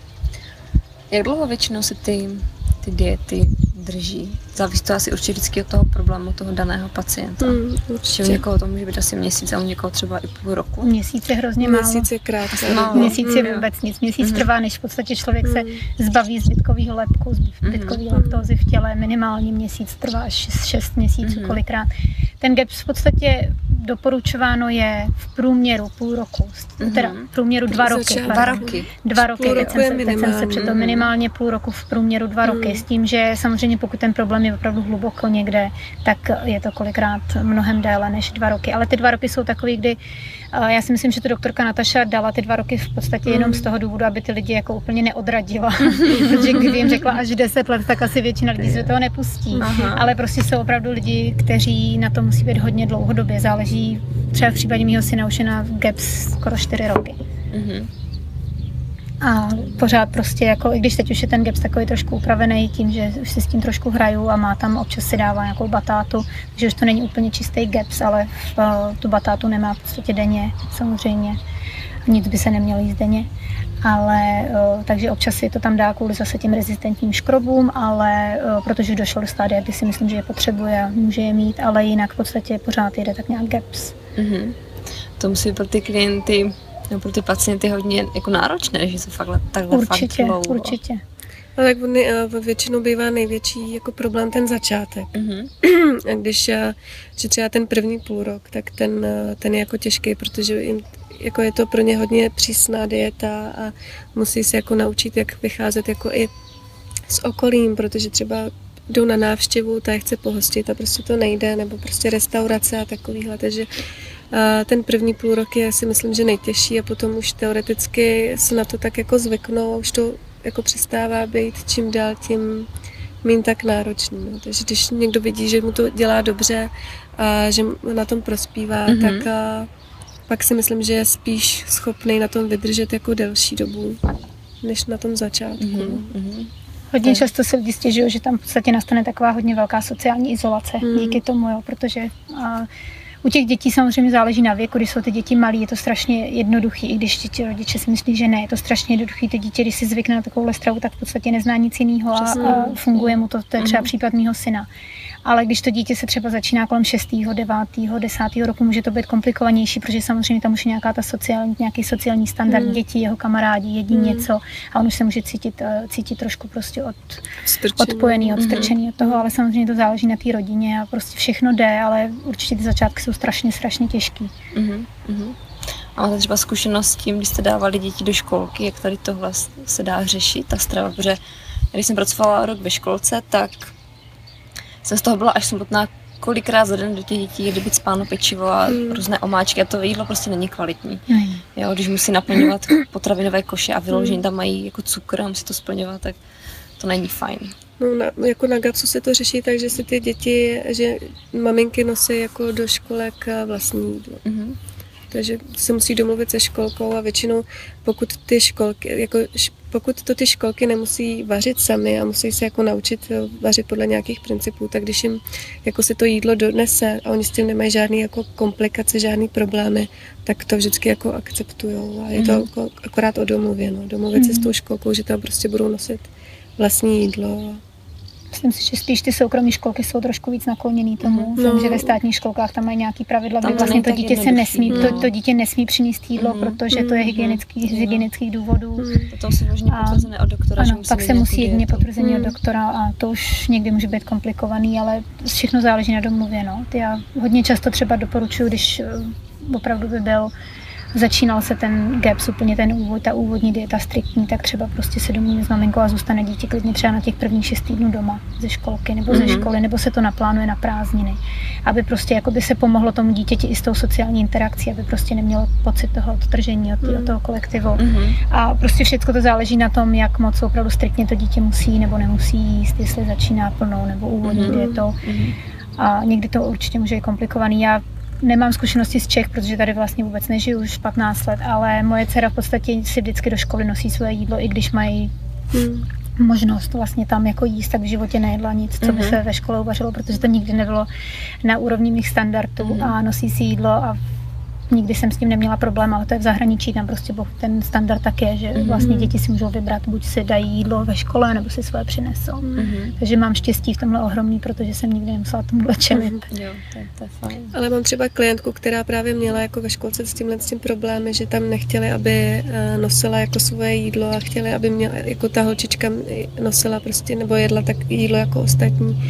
Jak dlouho většinou se ty, ty diety drží? Závisí to asi určitě vždycky od toho problému toho daného pacienta. Mm, určitě. U někoho to může být asi měsíc a u někoho třeba i půl roku. Měsíc je hrozně málo. Měsíc je krátce. Měsíc je vůbec nic. Měsíc mm. trvá, než v podstatě člověk mm. se zbaví zbytkového lepku, zbytkové mm. laktózy v těle. Minimálně měsíc trvá až šest měsíců mm. kolikrát. Ten G E P S v podstatě doporučováno je v průměru půl roku. Mm. Teda v průměru dva roky. Dva roky. Dva roky. Teď jsem, se, teď jsem se před to minimálně půl roku v průměru dva roky. Mm. S tím, že samozřejmě pokud ten problém je opravdu hluboko někde, tak je to kolikrát mnohem déle než dva roky. Ale ty dva roky jsou takový, kdy já si myslím, že to doktorka Nataša dala ty dva roky v podstatě jenom z toho důvodu, aby ty lidi jako úplně neodradila. Protože kdyby jim řekla až deset let, tak asi většina lidí se do toho nepustí. Aha. Ale prostě jsou opravdu lidi, kteří na to musí být hodně dlouhodobě. Záleží, třeba v případě mýho syna už je na G E P S skoro čtyři roky. Mhm. A pořád prostě, jako, i když teď už je ten G E P S takový trošku upravený tím, že už si s tím trošku hraju a má tam, občas si dává nějakou batátu, takže už to není úplně čistý G E P S, ale v, tu batátu nemá v podstatě denně, samozřejmě. Nic by se nemělo jíst denně. Ale, takže občas si to tam dá kvůli zase těm rezistentním škrobům, ale protože došlo do stádia, kdy si myslím, že je potřebuje a může je mít, ale jinak v podstatě pořád jede tak nějak G E P S. Mm-hmm. To musí pro ty klienty no pro ty pacienty hodně jako náročné, že se fakt takhle určitě, fakt dlouho. Určitě, ale tak většinou bývá největší jako problém ten začátek. Mm-hmm. A když, že třeba ten první půl rok, tak ten, ten je jako těžký, protože jim, jako je to pro ně hodně přísná dieta a musí se jako naučit, jak vycházet jako i s okolím, protože třeba jdou na návštěvu, ta je chce pohostit a prostě to nejde, nebo prostě restaurace a takovýhle, takže a ten první půl rok je si myslím, že nejtěžší a potom už teoreticky se na to tak jako zvyknou a už to jako přestává být čím dál tím méně tak náročný. No. Takže když někdo vidí, že mu to dělá dobře a že na tom prospívá, mm-hmm. tak a pak si myslím, že je spíš schopný na tom vydržet jako delší dobu, než na tom začátku. Mm-hmm. Hodně často se lidi stěžují, že tam v podstatě nastane taková hodně velká sociální izolace mm. díky tomu, jo, protože a, u těch dětí samozřejmě záleží na věku, když jsou ty děti malí, je to strašně jednoduchý, i když ti rodiče si myslí, že ne, je to strašně jednoduchý, ty dítě, když si zvykne na takovouhle stravu, tak v podstatě nezná nic jiného a, a funguje mu to, to je třeba případ mýho syna. Ale když to dítě se třeba začíná kolem šestého, devátého, desátého roku, může to být komplikovanější, protože samozřejmě tam už je nějaká ta sociální, nějaký sociální standard, mm. děti, jeho kamarádi jedí mm. něco a on už se může cítit, cítit trošku prostě od, odpojený, odstrčený mm. od toho, ale samozřejmě to záleží na té rodině a prostě všechno jde, ale určitě ty začátky jsou strašně, strašně těžký. Mm. Mm. A máte třeba zkušenost s tím, když jste dávali děti do školky, jak tady tohle se dá řešit, ta strava, protože když jsem pracovala rok ve školce, tak jsem z toho byla až smutná, kolikrát za den do těch dětí jde být spáno pečivo a mm. různé omáčky a to jídlo prostě není kvalitní. Mm. Jo, když musí naplňovat potravinové koše a vyloženě tam mají jako cukr a musí to splňovat, tak to není fajn. No, na, jako na GAPSu se to řeší tak, že si ty děti, že maminky nosí jako do školek vlastní jídlo. Mm. Takže se musí domluvit se školkou a většinou pokud ty školky, jako pokud to ty školky nemusí vařit sami a musí se jako naučit vařit podle nějakých principů, tak když jim jako se to jídlo donese a oni s tím nemají žádný jako komplikace, žádný problémy, tak to vždycky jako akceptujou. A je to jako akorát o domluvě, no. Domluvit se s tou školkou, že tam prostě budou nosit vlastní jídlo. Myslím si, že spíš ty soukromé školky jsou trošku víc nakloněný tomu, no. Vím, že ve státních školkách tam mají nějaký pravidla, kdy vlastně to dítě se nesmí, no. to, to dítě nesmí přinést jídlo, mm. protože to je hygienický, z hygienických důvodů. Mm. To si možná potvrzené od doktora. Ano, pak se musí jedině potvrzení mm. od doktora a to už někdy může být komplikovaný, ale všechno záleží na domluvě. No. Já hodně často třeba doporučuji, když opravdu by byl začínal se ten gaps, úplně ten úvod, ta úvodní dieta striktní, tak třeba prostě se domluví s maminkou a zůstane dítě klidně třeba na těch prvních šest týdnů doma ze školky nebo ze mm-hmm. školy, nebo se to naplánuje na prázdniny, aby prostě jakoby se pomohlo tomu dítěti i s tou sociální interakcí, aby prostě nemělo pocit toho odtržení od, mm. od toho kolektivu. Mm-hmm. A prostě všechno to záleží na tom, jak moc opravdu striktně to dítě musí nebo nemusí jíst, jestli začíná plnou nebo úvodní mm-hmm. dietou. Mm-hmm. A někdy to určitě může být komplikovaný. Já nemám zkušenosti z Čech, protože tady vlastně vůbec nežiju už patnáct let, ale moje dcera v podstatě si vždycky do školy nosí své jídlo, i když mají hmm. možnost vlastně tam jako jíst, tak v životě nejedla nic, co by se ve škole uvařilo, protože to nikdy nebylo na úrovni mých standardů hmm. a nosí si jídlo a nikdy jsem s tím neměla problém, ale to je v zahraničí, tam prostě ten standard tak je, že vlastně děti si můžou vybrat, buď si dají jídlo ve škole, nebo si svoje přinesou. Mm-hmm. Takže mám štěstí v tomhle ohromný, protože jsem nikdy nemusela tomuhle čelit. Mm-hmm. Jo, to, to je fajn. Ale mám třeba klientku, která právě měla jako ve školce s tímhle s tím problémy, že tam nechtěli, aby nosila jako svoje jídlo a chtěli, aby měla, jako ta holčička nosila prostě, nebo jedla tak jídlo jako ostatní.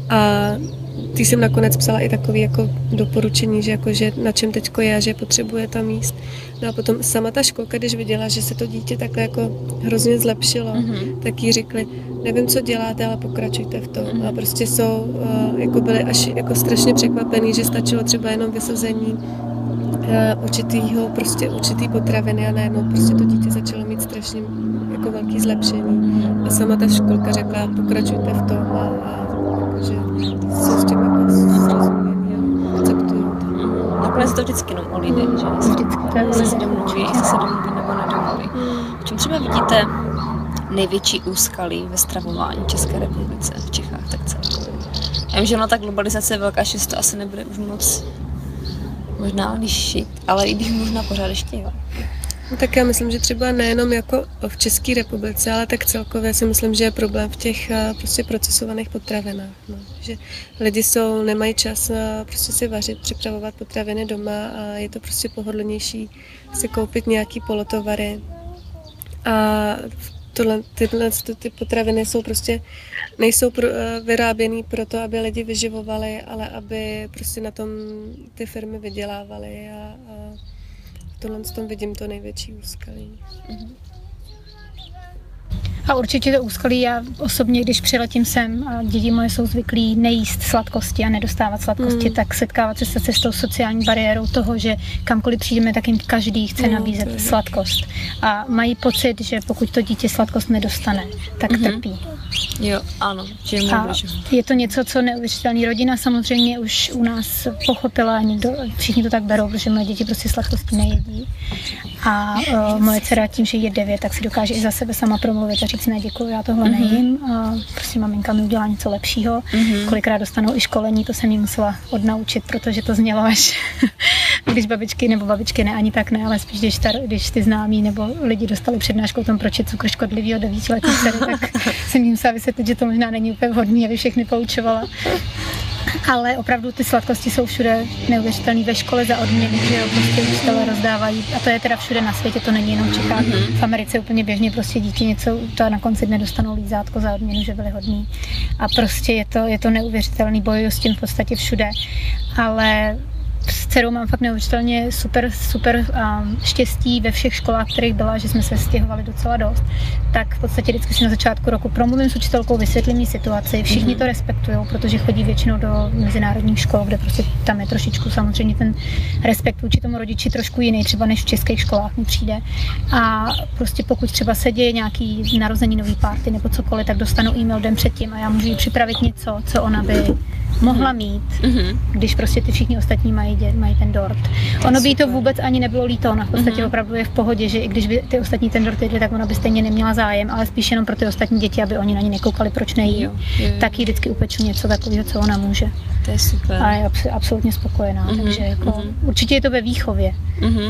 A ty jsem nakonec psala i takový jako doporučení, že, jako, že na čem teďko je, že potřebuje tam jíst. No a potom sama ta školka, když viděla, že se to dítě takhle jako hrozně zlepšilo, mm-hmm. tak jí řekli, nevím, co děláte, ale pokračujte v tom. Mm-hmm. A prostě jsou, uh, jako byli až jako strašně překvapený, že stačilo třeba jenom vysazení uh, určitýho, prostě určitý potraviny a najednou prostě to dítě začalo mít strašně jako velký zlepšení. A sama ta školka řekla, pokračujte v tom a, a že se s tím jako zrozumění a akceptují to. Nakonec to vždycky jenom o lidech, že? Vždycky to je jestli se domluví, jestli se domluví nebo nedomluví. V čem třeba vidíte největší úskalí ve stravování v České republice, v Čechách tak celkově? Já vím, že ona ta globalizace je velká, že to asi nebude už moc možná lišit, ale i když možná pořád ještě jo. No, tak já myslím, že třeba nejenom jako v České republice, ale tak celkově si myslím, že je problém v těch prostě procesovaných potravinách. No. Že lidi jsou, nemají čas prostě si vařit, připravovat potraviny doma a je to prostě pohodlnější si koupit nějaký polotovary. A tohle, tyhle ty potraviny jsou prostě, nejsou pro, vyráběný proto, aby lidi vyživovali, ale aby prostě na tom ty firmy vydělávaly a, a tohle s tom vidím to největší úskalí. Mm-hmm. A určitě to úskalí, já osobně, když přiletím sem a děti moje jsou zvyklí nejíst sladkosti a nedostávat sladkosti, mm. tak setkávat se se s tou sociální bariérou toho, že kamkoliv přijdeme, tak jim každý chce no, nabízet je. sladkost. A mají pocit, že pokud to dítě sladkost nedostane, tak mm-hmm. trpí. Jo, ano. Že a je to něco, co neuvěřitelný. Rodina samozřejmě už u nás pochopila, někdo, všichni to tak berou, protože moje děti prostě sladkosti nejedí. A uh, moje dcera tím, že je devět, tak si dokáže i za sebe sama promluvit a říct, ne, děkuji, já tohle mm-hmm. nejím. A prostě maminka mi udělá něco lepšího. Mm-hmm. Kolikrát dostanou i školení, to jsem jí musela odnaučit, protože to znělo až, když babičky, nebo babičky ne, ani tak ne, ale spíš, když, tar, když ty známí nebo lidi dostali přednášku o tom, proč je cukr škodlivý od devítiletí dcery, tak jsem jim musela vysvětlit, že to možná není úplně vhodný, aby všechny poučovala. Ale opravdu ty sladkosti jsou všude neuvěřitelné, ve škole za odměny, že jo, prostě učitelé rozdávají a to je teda všude na světě, to není jenom v Čechách. Mm-hmm. V Americe úplně běžně prostě dítě něco, to na konci dne dostanou lízátko za odměnu, že byli hodní. A prostě je to, je to neuvěřitelný, bojuju s tím v podstatě všude, ale s dcerou mám fakt neuvěřitelně super, super um, štěstí ve všech školách, kterých byla, že jsme se stěhovali docela dost. Tak v podstatě vždycky si na začátku roku promluvím s učitelkou, vysvětlím jí situaci, všichni mm-hmm. to respektují, protože chodí většinou do mezinárodních škol, kde prostě tam je trošičku samozřejmě ten respekt vůči tomu rodiči trošku jiný, třeba než v českých školách mi přijde. A prostě pokud třeba se děje nějaký narozeninový party nebo cokoliv, tak dostanu e-mail den předtím a já můžu jí připravit něco, co ona by mohla mít, mm-hmm. když prostě ty všichni ostatní mají, dě, mají ten dort. Ono by jí to vůbec ani nebylo líto, ona v podstatě mm-hmm. opravdu je v pohodě, že i když by ty ostatní ten dort jedli, tak ona by stejně neměla zájem, ale spíš jenom pro ty ostatní děti, aby oni na ní nekoukali, proč nejí. Jo, jo. Tak jí vždycky upeču něco takového, co ona může. To je super. A je abs- absolutně spokojená, mm-hmm. takže jako mm-hmm. určitě je to ve výchově. Mm-hmm.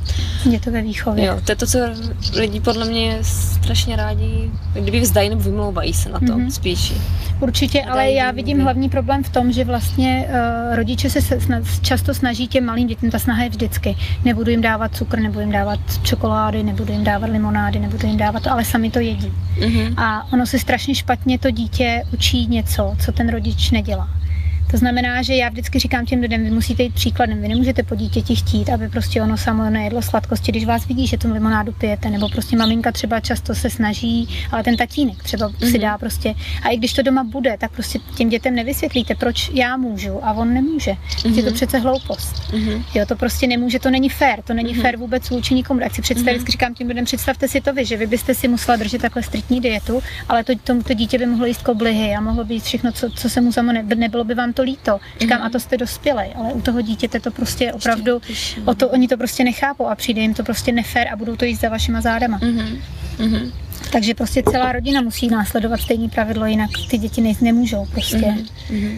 Je to ve výchově. Jo, to je to, co lidi podle mě strašně rádi, kdyby vzdají nebo vymlouvají se na to mm-hmm. spíš. Určitě, ale já vidím hlavní problém v tom, že vlastně uh, rodiče se sna- často snaží těm malým dětem, ta snaha je vždycky. Nebudu jim dávat cukr, nebudu jim dávat čokolády, nebudu jim dávat limonády, nebudu jim dávat to, ale sami to jedí. Mm-hmm. A ono se strašně špatně to dítě učí něco, co ten rodič nedělá. To znamená, že já vždycky říkám těm lidem, vy musíte jít příkladem, vy nemůžete po dítěti chtít, aby prostě ono samo nejedlo sladkosti, když vás vidí, že tu limonádu pijete, nebo prostě maminka třeba často se snaží, ale ten tatínek třeba mm-hmm. si dá prostě, a i když to doma bude, tak prostě těm dětem nevysvětlíte, proč já můžu a on nemůže. Mm-hmm. Je to přece hloupost. Mm-hmm. Jo, to prostě nemůže, to není fér, to není mm-hmm. fér vůbec vůči nikomu. Tak si představit, mm-hmm. říkám těm lidem, představte si to vy, že vy byste si musela držet takhle striktní dietu, ale to, to, to dítě by mohlo jíst koblihy a mohlo být všechno, co, co se mu samo ne, nebylo by vám to líto. Říkám, mm-hmm. a to jste dospělej, ale u toho dítěte to prostě opravdu, o to oni to prostě nechápou a přijde jim to prostě nefér a budou to jíst za vašima zádama. Mm-hmm. Mm-hmm. Takže prostě celá rodina musí následovat stejné pravidlo, jinak ty děti ne, nemůžou prostě. Mm-hmm.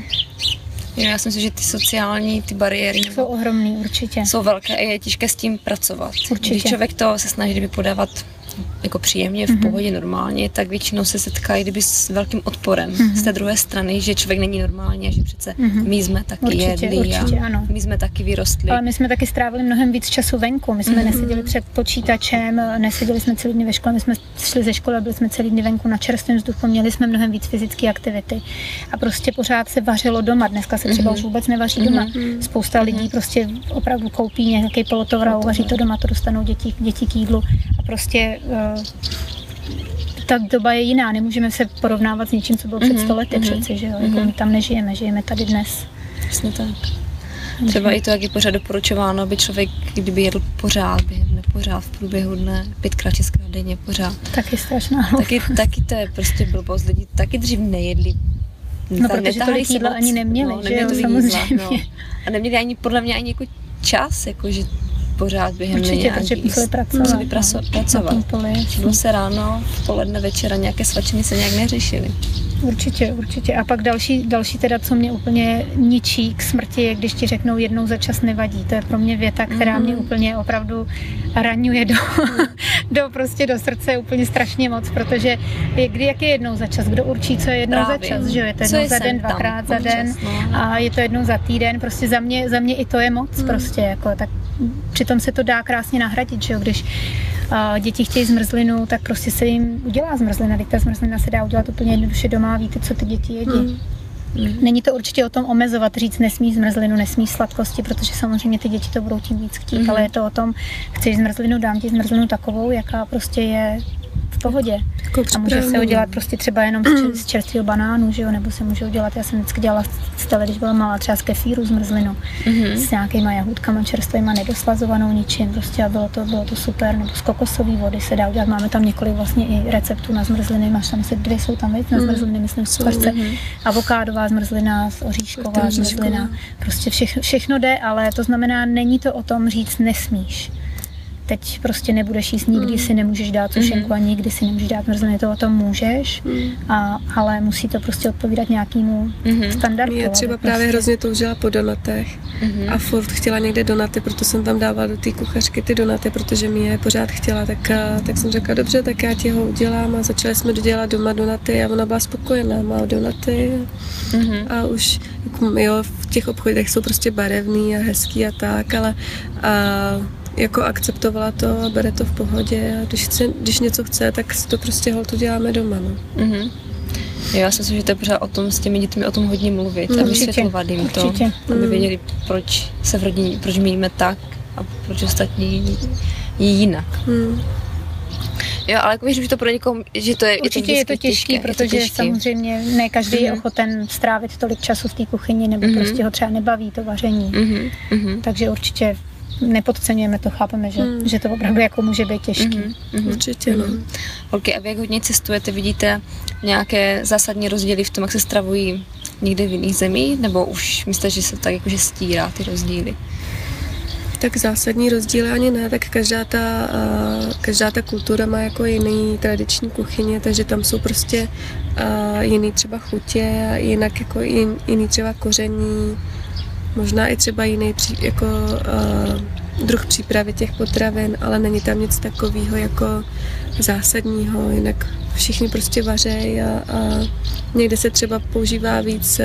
Jo, já si myslím, že ty sociální, ty bariéry jsou ohromný, určitě. Jsou velké a je těžké s tím pracovat. Určitě. Když člověk to se snaží kdyby podávat jako příjemně, v mm-hmm. pohodě, normálně, tak většinou se setká i kdyby s velkým odporem mm-hmm. z té druhé strany, že člověk není normální a že přece mm-hmm. my jsme taky určitě, jedli určitě, a ano. my jsme taky vyrostli. Ale my jsme taky strávili mnohem víc času venku, my jsme mm-hmm. neseděli před počítačem, neseděli jsme celý dny ve škole, my jsme šli ze školy a byli jsme celý dny venku na čerstvém vzduchu, měli jsme mnohem víc fyzické aktivity a prostě pořád se vařilo doma, dneska se třeba mm-hmm. už vůbec nevaří doma. Mm-hmm. Spousta lidí mm-hmm. prostě opravdu koupí nějaký polotovar a uvaří to doma, to dostanou děti, děti k jídlu a prostě uh, ta doba je jiná, nemůžeme se porovnávat s něčím, co bylo před sto lety mm-hmm. přeci, že jo, jako my tam nežijeme, žijeme tady dnes. Přesně tak. Třeba i to, jak je pořád doporučováno, aby člověk, kdyby jedl pořád, během nepořád v průběhu dne, pětkrát, šestkrát denně pořád. Taky strašná taky, taky to je prostě blbost, lidi taky dřív nejedli. No, protože tolik jídla ani neměli, no, že jo, samozřejmě. Jídla, no. A neměli ani, podle mě, ani jako čas, jakože pořád během určitě, protože museli pracovat. Museli praso- pracovat. Šlo se ráno, v poledne, večera, nějaké svačiny se nějak neřešily. Určitě, určitě. A pak další, další teda, co mě úplně ničí k smrti, je, když ti řeknou jednou za čas nevadí. To je pro mě věta, která mě úplně opravdu raňuje do, do, prostě do srdce úplně strašně moc, protože je, kdy, jak je jednou za čas, kdo určí, co je jednou Právě. za čas, že jo? Je to jednou je za den, dvakrát za den no. a je to jednou za týden, prostě za mě, za mě i to je moc, hmm. prostě jako tak přitom se to dá krásně nahradit, že jo? Když uh, děti chtějí zmrzlinu, tak prostě se jim udělá zmrzlina, teď ta zmrzlina se dá udělat úplně jednoduše doma, víte, co ty děti jedí. Hmm. Hmm. Není to určitě o tom omezovat, říct nesmí zmrzlinu, nesmí sladkosti, protože samozřejmě ty děti to budou tím víc chtít, hmm. ale je to o tom, chceš zmrzlinu, dám ti zmrzlinu takovou, jaká prostě je v pohodě. Jako a může se udělat prostě třeba jenom z čerstvého banánu, že jo, nebo se může udělat, já jsem vždycky dělala z tele, když byla malá, třeba z kefíru zmrzlinu, mm-hmm. s nějakýma jahůdkama čerstvýma, nedoslazovanou ničím, prostě a bylo to, bylo to super, nebo z kokosové vody se dá udělat, máme tam několik vlastně i receptů na zmrzliny, máš tam asi dvě jsou tam, víc na zmrzliny, myslím v kuchařce, mm-hmm. avokádová zmrzlina, oříšková zmrzlina, prostě všechno, všechno jde, ale to znamená, není to o tom říct nesmíš. Teď prostě nebudeš jíst, nikdy mm. si nemůžeš dát sušenku mm. a nikdy si nemůžeš dát mrzliny, to o tom můžeš, mm. a, ale musí to prostě odpovídat nějakému mm. standardu. Já třeba právě prostě hrozně toužila po donatech mm. a furt chtěla někde donaty, proto jsem tam dávala do té kuchařky ty donaty, protože mi je pořád chtěla, tak, tak jsem řekla, dobře, tak já ti ho udělám a začali jsme dodělat doma donaty a ona byla spokojená, má donaty mm. a už jo, v těch obchodech jsou prostě barevný a hezký a tak, ale a, jako akceptovala to a bere to v pohodě a když, chce, když něco chce, tak to prostě holtu děláme doma, no. Mm-hmm. Já si myslím, že to je pořád o tom s těmi dětmi o tom hodně mluvit mm, a vysvětlovat jim to, určitě. Aby věděli, proč se v rodině, proč my jíme tak a proč ostatní jí jinak. Mm. Jo, ale jako věřím, že to pro někoho, že to je určitě je to, je to těžké, těžké, protože je to těžké. Samozřejmě ne každý mm-hmm. je ochoten strávit tolik času v té kuchyni, nebo mm-hmm. prostě ho třeba nebaví to vaření. Mm-hmm. Takže určitě nepodceňujeme to, chápeme, že, mm. že to opravdu jako může být těžký. Mm-hmm. Určitě, no. Holky, a vy jak hodně cestujete, vidíte nějaké zásadní rozdíly v tom, jak se stravují někde v jiných zemích, nebo už myslíte, že se tak jakože stírá ty rozdíly? Tak zásadní rozdíly ani ne, tak každá ta, každá ta kultura má jako jiný tradiční kuchyně, takže tam jsou prostě jiný třeba chutě, jinak jako jin, jiný třeba koření, možná i třeba jiný jako druh přípravy těch potravin, ale není tam nic takového jako zásadního, jinak všichni prostě vařejí a, a někde se třeba používá víc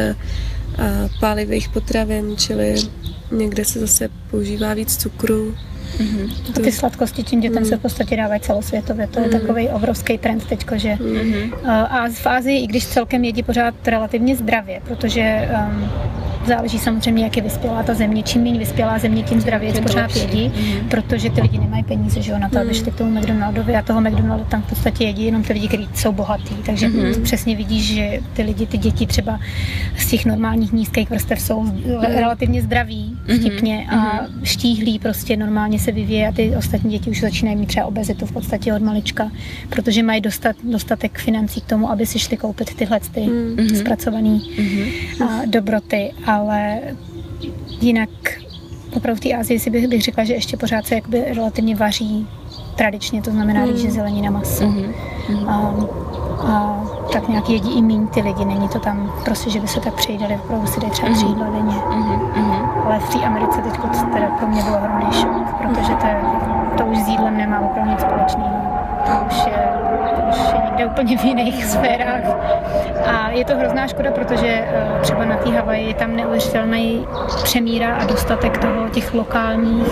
pálivých potravin, čili někde se zase používá víc cukru. Mm-hmm. A ty sladkosti tím dětem mm. se v podstatě dávají celosvětově. To je mm. takový obrovský trend teďko, že mm. a v Ázii, i když celkem jedí pořád relativně zdravě, protože um, záleží samozřejmě, jak je vyspělá ta země. Čím méně vyspělá země, tím zdravěji pořád jedí, mm. protože ty lidi nemají peníze, že jo, na to, aby šli k tomu McDonaldovi a toho McDonaldu tam v podstatě jedí jenom ty lidi, kteří jsou bohatí. Takže mm. přesně vidíš, že ty lidi, ty děti třeba z těch normálních nízkých vrstev jsou mm. relativně zdraví, vtipně mm. a štíhlí prostě normálně se vyvíjí a ty ostatní děti už začínají mít třeba obezitu v podstatě od malička, protože mají dostat, dostatek financí k tomu, aby si šli koupit tyhle ty mm. zpracované mm. dobroty. Ale jinak opravdu v té Asii si bych, bych řekla, že ještě pořád se jakoby relativně vaří tradičně, to znamená rýže, zelenina, maso. Mm. A, a tak nějak jedí i míň ty lidi, není to tam prostě, že by se tak přejídali, opravdu si dají třeba tři jídla denně. Ale v té Americe teď teda pro mě bylo ohromný šok, protože to, je, to už s jídlem nemá opravdu nic společného. To už je, to už je někde úplně v jiných sférách. A je to hrozná škoda, protože třeba na té Havaji je tam neuvěřitelný přemíra a dostatek toho těch lokálních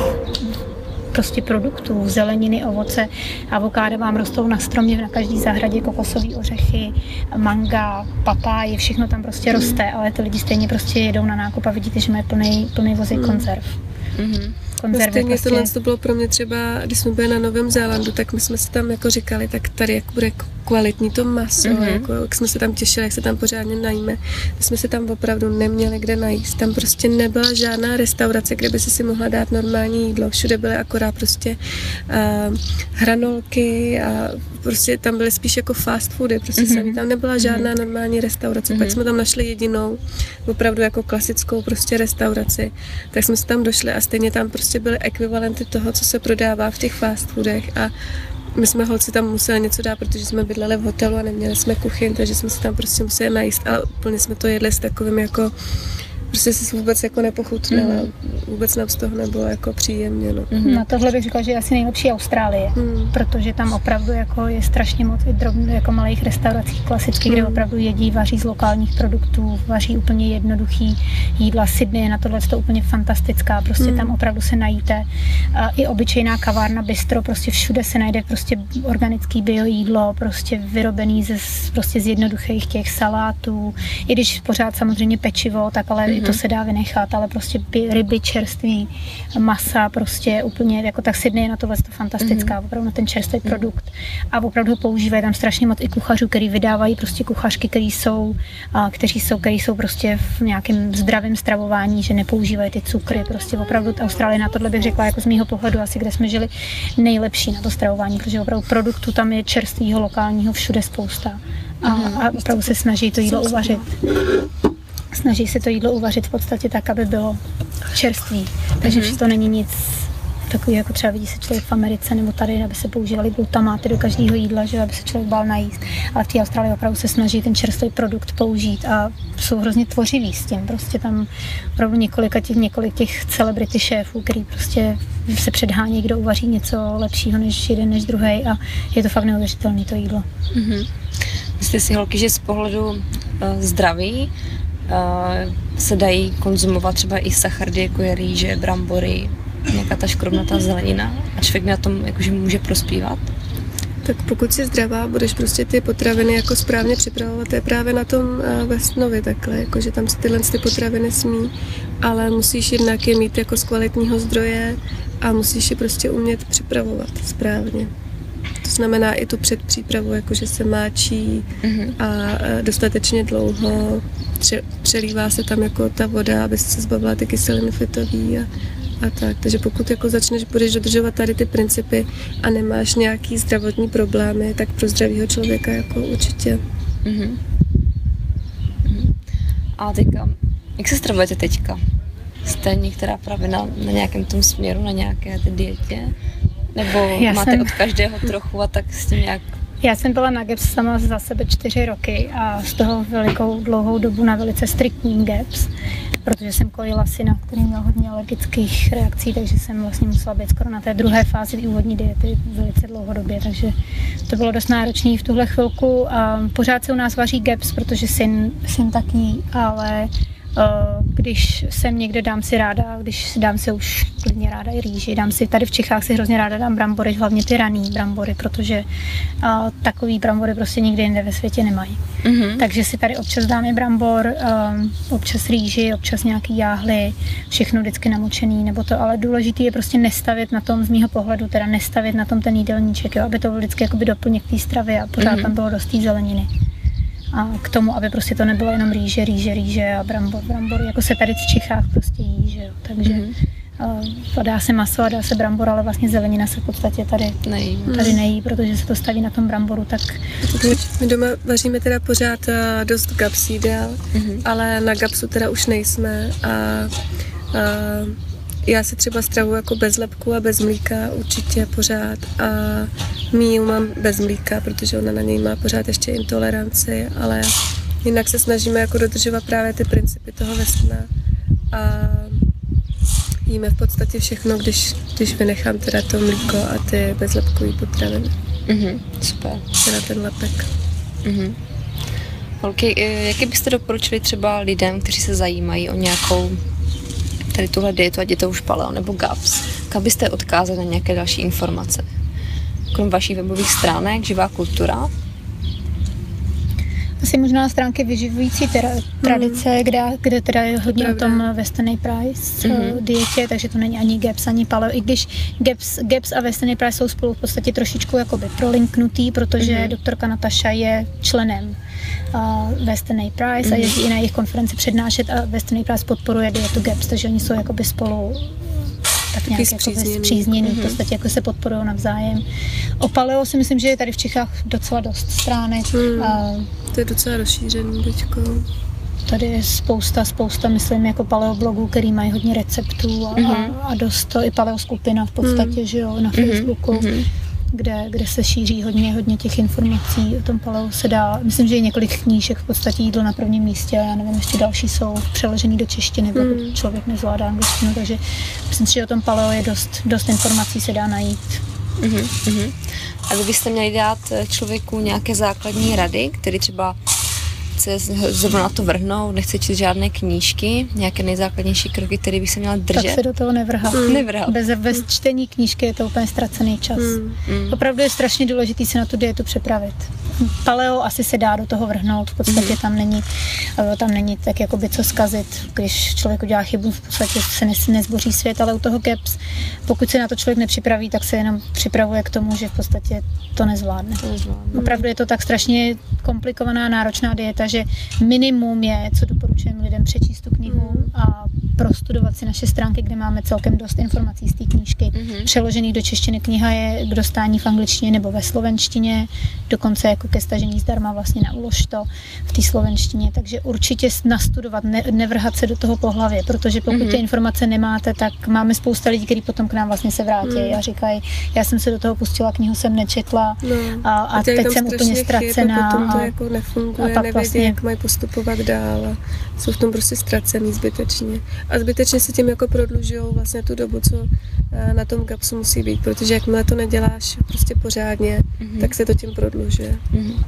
prostě produktů, zeleniny, ovoce, avokáda vám rostou na stromě na každý zahradě, kokosové ořechy, manga, papáji, všechno tam prostě roste, ale ty lidi stejně prostě jedou na nákup a vidíte, že mají plný, plný vozík mm. konzerv. Mm-hmm. Konzervy stejně prostě. Tohle to bylo pro mě třeba, když jsme byli na Novém Zélandu, tak my jsme si tam jako říkali, tak tady jak bude kvalitní to maso, mm-hmm. jako, jak jsme se tam těšili, jak se tam pořádně najíme. My jsme se tam opravdu neměli kde najíst. Tam prostě nebyla žádná restaurace, kde by si si mohla dát normální jídlo. Všude byly akorát prostě uh, hranolky a prostě tam byly spíš jako fast foody, prostě mm-hmm. sami. Tam nebyla žádná normální restaurace. Mm-hmm. Pak jsme tam našli jedinou, opravdu jako klasickou prostě restauraci. Tak jsme se tam došli a stejně tam prostě byly ekvivalenty toho, co se prodává v těch fast foodech a my jsme holci tam museli něco dát, protože jsme bydleli v hotelu a neměli jsme kuchyň, takže jsme se tam prostě museli najíst a úplně jsme to jedli s takovým jako prostě si vůbec jako nepochutnala. Mm. Vůbec nám z toho nebylo jako příjemně. No. Mm. Na tohle bych řekla, že je asi nejlepší Austrálie, mm. protože tam opravdu jako je strašně moc i drobných jako malých restaurací klasických, mm. kde opravdu jedí, vaří z lokálních produktů, vaří úplně jednoduchý jídla. Sydney je na tohle to úplně fantastická, prostě mm. tam opravdu se najíte. A i obyčejná kavárna, bistro, prostě všude se najde prostě organický biojídlo, prostě vyrobený ze, prostě z jednoduchých těch salátů. I když pořád samozřejmě pečivo, tak ale mm-hmm. to se dá vynechat, ale prostě ryby, čerství, masa, prostě úplně, jako tak Sydney je na tohle fantastická, mm-hmm. opravdu na ten čerstvý produkt. A opravdu ho používají tam strašně moc i kuchařů, který vydávají prostě kuchařky, který jsou, a, kteří jsou, který jsou prostě v nějakém zdravém stravování, že nepoužívají ty cukry, prostě opravdu Austrálie na tohle bych řekla jako z mýho pohledu asi, kde jsme žili, nejlepší na to stravování, protože opravdu produktů tam je čerstvýho, lokálního všude spousta. A, mm-hmm. a opravdu se snaží to jídlo uvařit. Snaží se to jídlo uvařit v podstatě tak, aby bylo čerstvý. Takže mm-hmm. to není nic takový, jako třeba vidí se člověk v Americe nebo tady, aby se používali glutamáty do každého jídla, že aby se člověk bál najíst. Ale v té Austrálii opravdu se snaží ten čerstvý produkt použít a jsou hrozně tvořiví s tím. Prostě tam opravdu několika těch, několik těch celebrity šéfů, který prostě se předhání, kdo uvaří něco lepšího než jeden, než druhej a je to fakt neuvěřitelné to jídlo. Mm-hmm. Myslíte si, holky, že z pohledu uh, zdraví Uh, se dají konzumovat třeba i sachardy, jako je rýže, brambory, nějaká ta škrobnatá zelenina a člověk na tom jakože může prospívat? Tak pokud jsi zdravá, budeš prostě ty potraviny jako správně připravovat, to je právě na tom uh, Westnovi takhle, jakože tam si tyhle ty potraviny smí, ale musíš jednak je mít jako z kvalitního zdroje a musíš je prostě umět připravovat správně. To znamená i tu předpřípravu, jakože se máčí mm-hmm. a dostatečně dlouho pře, přelívá se tam jako ta voda, aby se zbavila ty kyseliny fytový a, a tak. Takže pokud jako začneš, budeš dodržovat tady ty principy a nemáš nějaký zdravotní problémy, tak pro zdravýho člověka jako určitě. Mm-hmm. A teďka, jak se stravujete teďka? Jste některá právě na, na nějakém tom směru, na nějaké té dietě? Nebo Já máte jsem... od každého trochu a tak s tím nějak... Já jsem byla na GAPS sama za sebe čtyři roky a z toho velikou dlouhou dobu na velice striktní GAPS, protože jsem kojila syna, který měl hodně alergických reakcí, takže jsem vlastně musela být skoro na té druhé fázi úvodní diety velice dlouhodobě, takže to bylo dost náročné v tuhle chvilku. A pořád se u nás vaří GAPS, protože syn, syn taky, ale když jsem někde, dám si ráda, když dám si už klidně ráda i rýži, dám si, tady v Čechách si hrozně ráda dám brambory, hlavně ty raný brambory, protože uh, takový brambory prostě nikde jinde ve světě nemají. Mm-hmm. Takže si tady občas dáme brambor, um, občas rýži, občas nějaký jáhly, všechno vždycky namočený, nebo to, ale důležité je prostě nestavit na tom, z mýho pohledu, teda nestavit na tom ten jídelníček, jo, aby to byl vždycky jakoby doplněk té stravy a pořád mm-hmm. tam bylo dost té zeleniny. A k tomu, aby prostě to nebylo jenom rýže, rýže, rýže a brambor, brambor, jako se tady v Čechách prostě jí, že jo, takže mm-hmm. uh, dá se maso a dá se brambor, ale vlastně zelenina se v podstatě tady nejí, tady nejí, protože se to staví na tom bramboru, tak... My doma vaříme teda pořád dost GAPS jídel, mm-hmm. ale na GAPSu teda už nejsme a, a já se třeba stravuji jako bez lepku a bez mlíka určitě pořád a Míju mám bez mlíka, protože ona na něj má pořád ještě intoleranci, ale jinak se snažíme jako dodržovat právě ty principy toho vesna a jíme v podstatě všechno, když, když vynechám teda to mlíko a ty bezlepkový potraviny. Mhm, super. Teda ten lepek. Mhm. Holky, jaké byste doporučili třeba lidem, kteří se zajímají o nějakou tady tuhle dietu, ať je to už paleo nebo GAPS, kam byste odkázali na nějaké další informace? Krom vašich webových stránek, Živá kultura? Asi možná stránky vyživující tra- tradice, mm. kde, kde teda je hodně Pravda. O tom Western Price mm-hmm. dietě, takže to není ani GAPS, ani paleo. I když GAPS, GAPS a Western Price jsou spolu v podstatě trošičku jakoby prolinknutý, protože mm-hmm. doktorka Nataša je členem uh, Western Price mm-hmm. a jezdí i na jejich konferenci přednášet a Western Price podporuje dietu GAPS, takže oni jsou jakoby spolu tak nějak jako zpřízněný, mm-hmm. v podstatě jako se podporují navzájem. O paleo si myslím, že je tady v Čechách docela dost stránek. Mm, a to je docela rozšířený teďko. Tady je spousta, spousta, myslím, jako paleo blogů, který mají hodně receptů a, mm-hmm. a, a dost to i paleo skupina v podstatě, mm. že jo, na Facebooku. Mm-hmm. Kde, kde se šíří hodně, hodně těch informací o tom paleo se dá. Myslím, že je několik knížek v podstatě Jídlo na prvním místě a já nevím, ještě další jsou přeložený do češtiny, pokud mm. člověk nezvládá angličtinu, takže myslím si, že o tom paleo je dost, dost informací se dá najít. Uh-huh, uh-huh. A kdybyste měli dát člověku nějaké základní rady, který třeba chce zrovna na to vrhnout, nechce číst žádné knížky, nějaké nejzákladnější kroky, které by se měla držet? Tak se do toho nevrhat. Mm. Nevrhat. Bez, bez čtení knížky je to úplně ztracený čas. Mm. Opravdu je strašně důležitý se na tu dietu připravit. Paleo asi se dá do toho vrhnout, v podstatě mm. tam není, tam není tak jakoby co zkazit, když člověk udělá chybu, v podstatě se ne, nezboří svět, ale u toho GAPS, pokud se na to člověk nepřipraví, tak se jenom připravuje k tomu, že v podstatě to nezvládne. To nezvládne. Opravdu je to tak strašně komplikovaná, náročná dieta, že minimum je, co doporučujeme lidem, přečíst tu knihu a prostudovat si naše stránky, kde máme celkem dost informací z té knížky. Mm-hmm. Přeložený do češtiny kniha je k dostání v angličtině nebo ve slovenštině, dokonce jako ke stažení zdarma vlastně na Ulož to v té slovenštině, takže určitě nastudovat, ne, nevrhat se do toho po hlavě, protože pokud mm-hmm. ty informace nemáte, tak máme spousta lidí, kteří potom k nám vlastně se vrátí mm. a říkají, já jsem se do toho pustila, knihu jsem nečetla no. a, a, a teď jsem úplně ztracená. A potom to jako nefunguje, nevědí, vlastně jak mají postupovat dál a jsou v tom prostě ztracený zbytečně. A zbytečně se tím jako prodlužují vlastně tu dobu, co na tom GAPSu musí být, protože jakmile to neděláš prostě pořádně, mm-hmm. tak se to tím prodlužuje. Mm-hmm.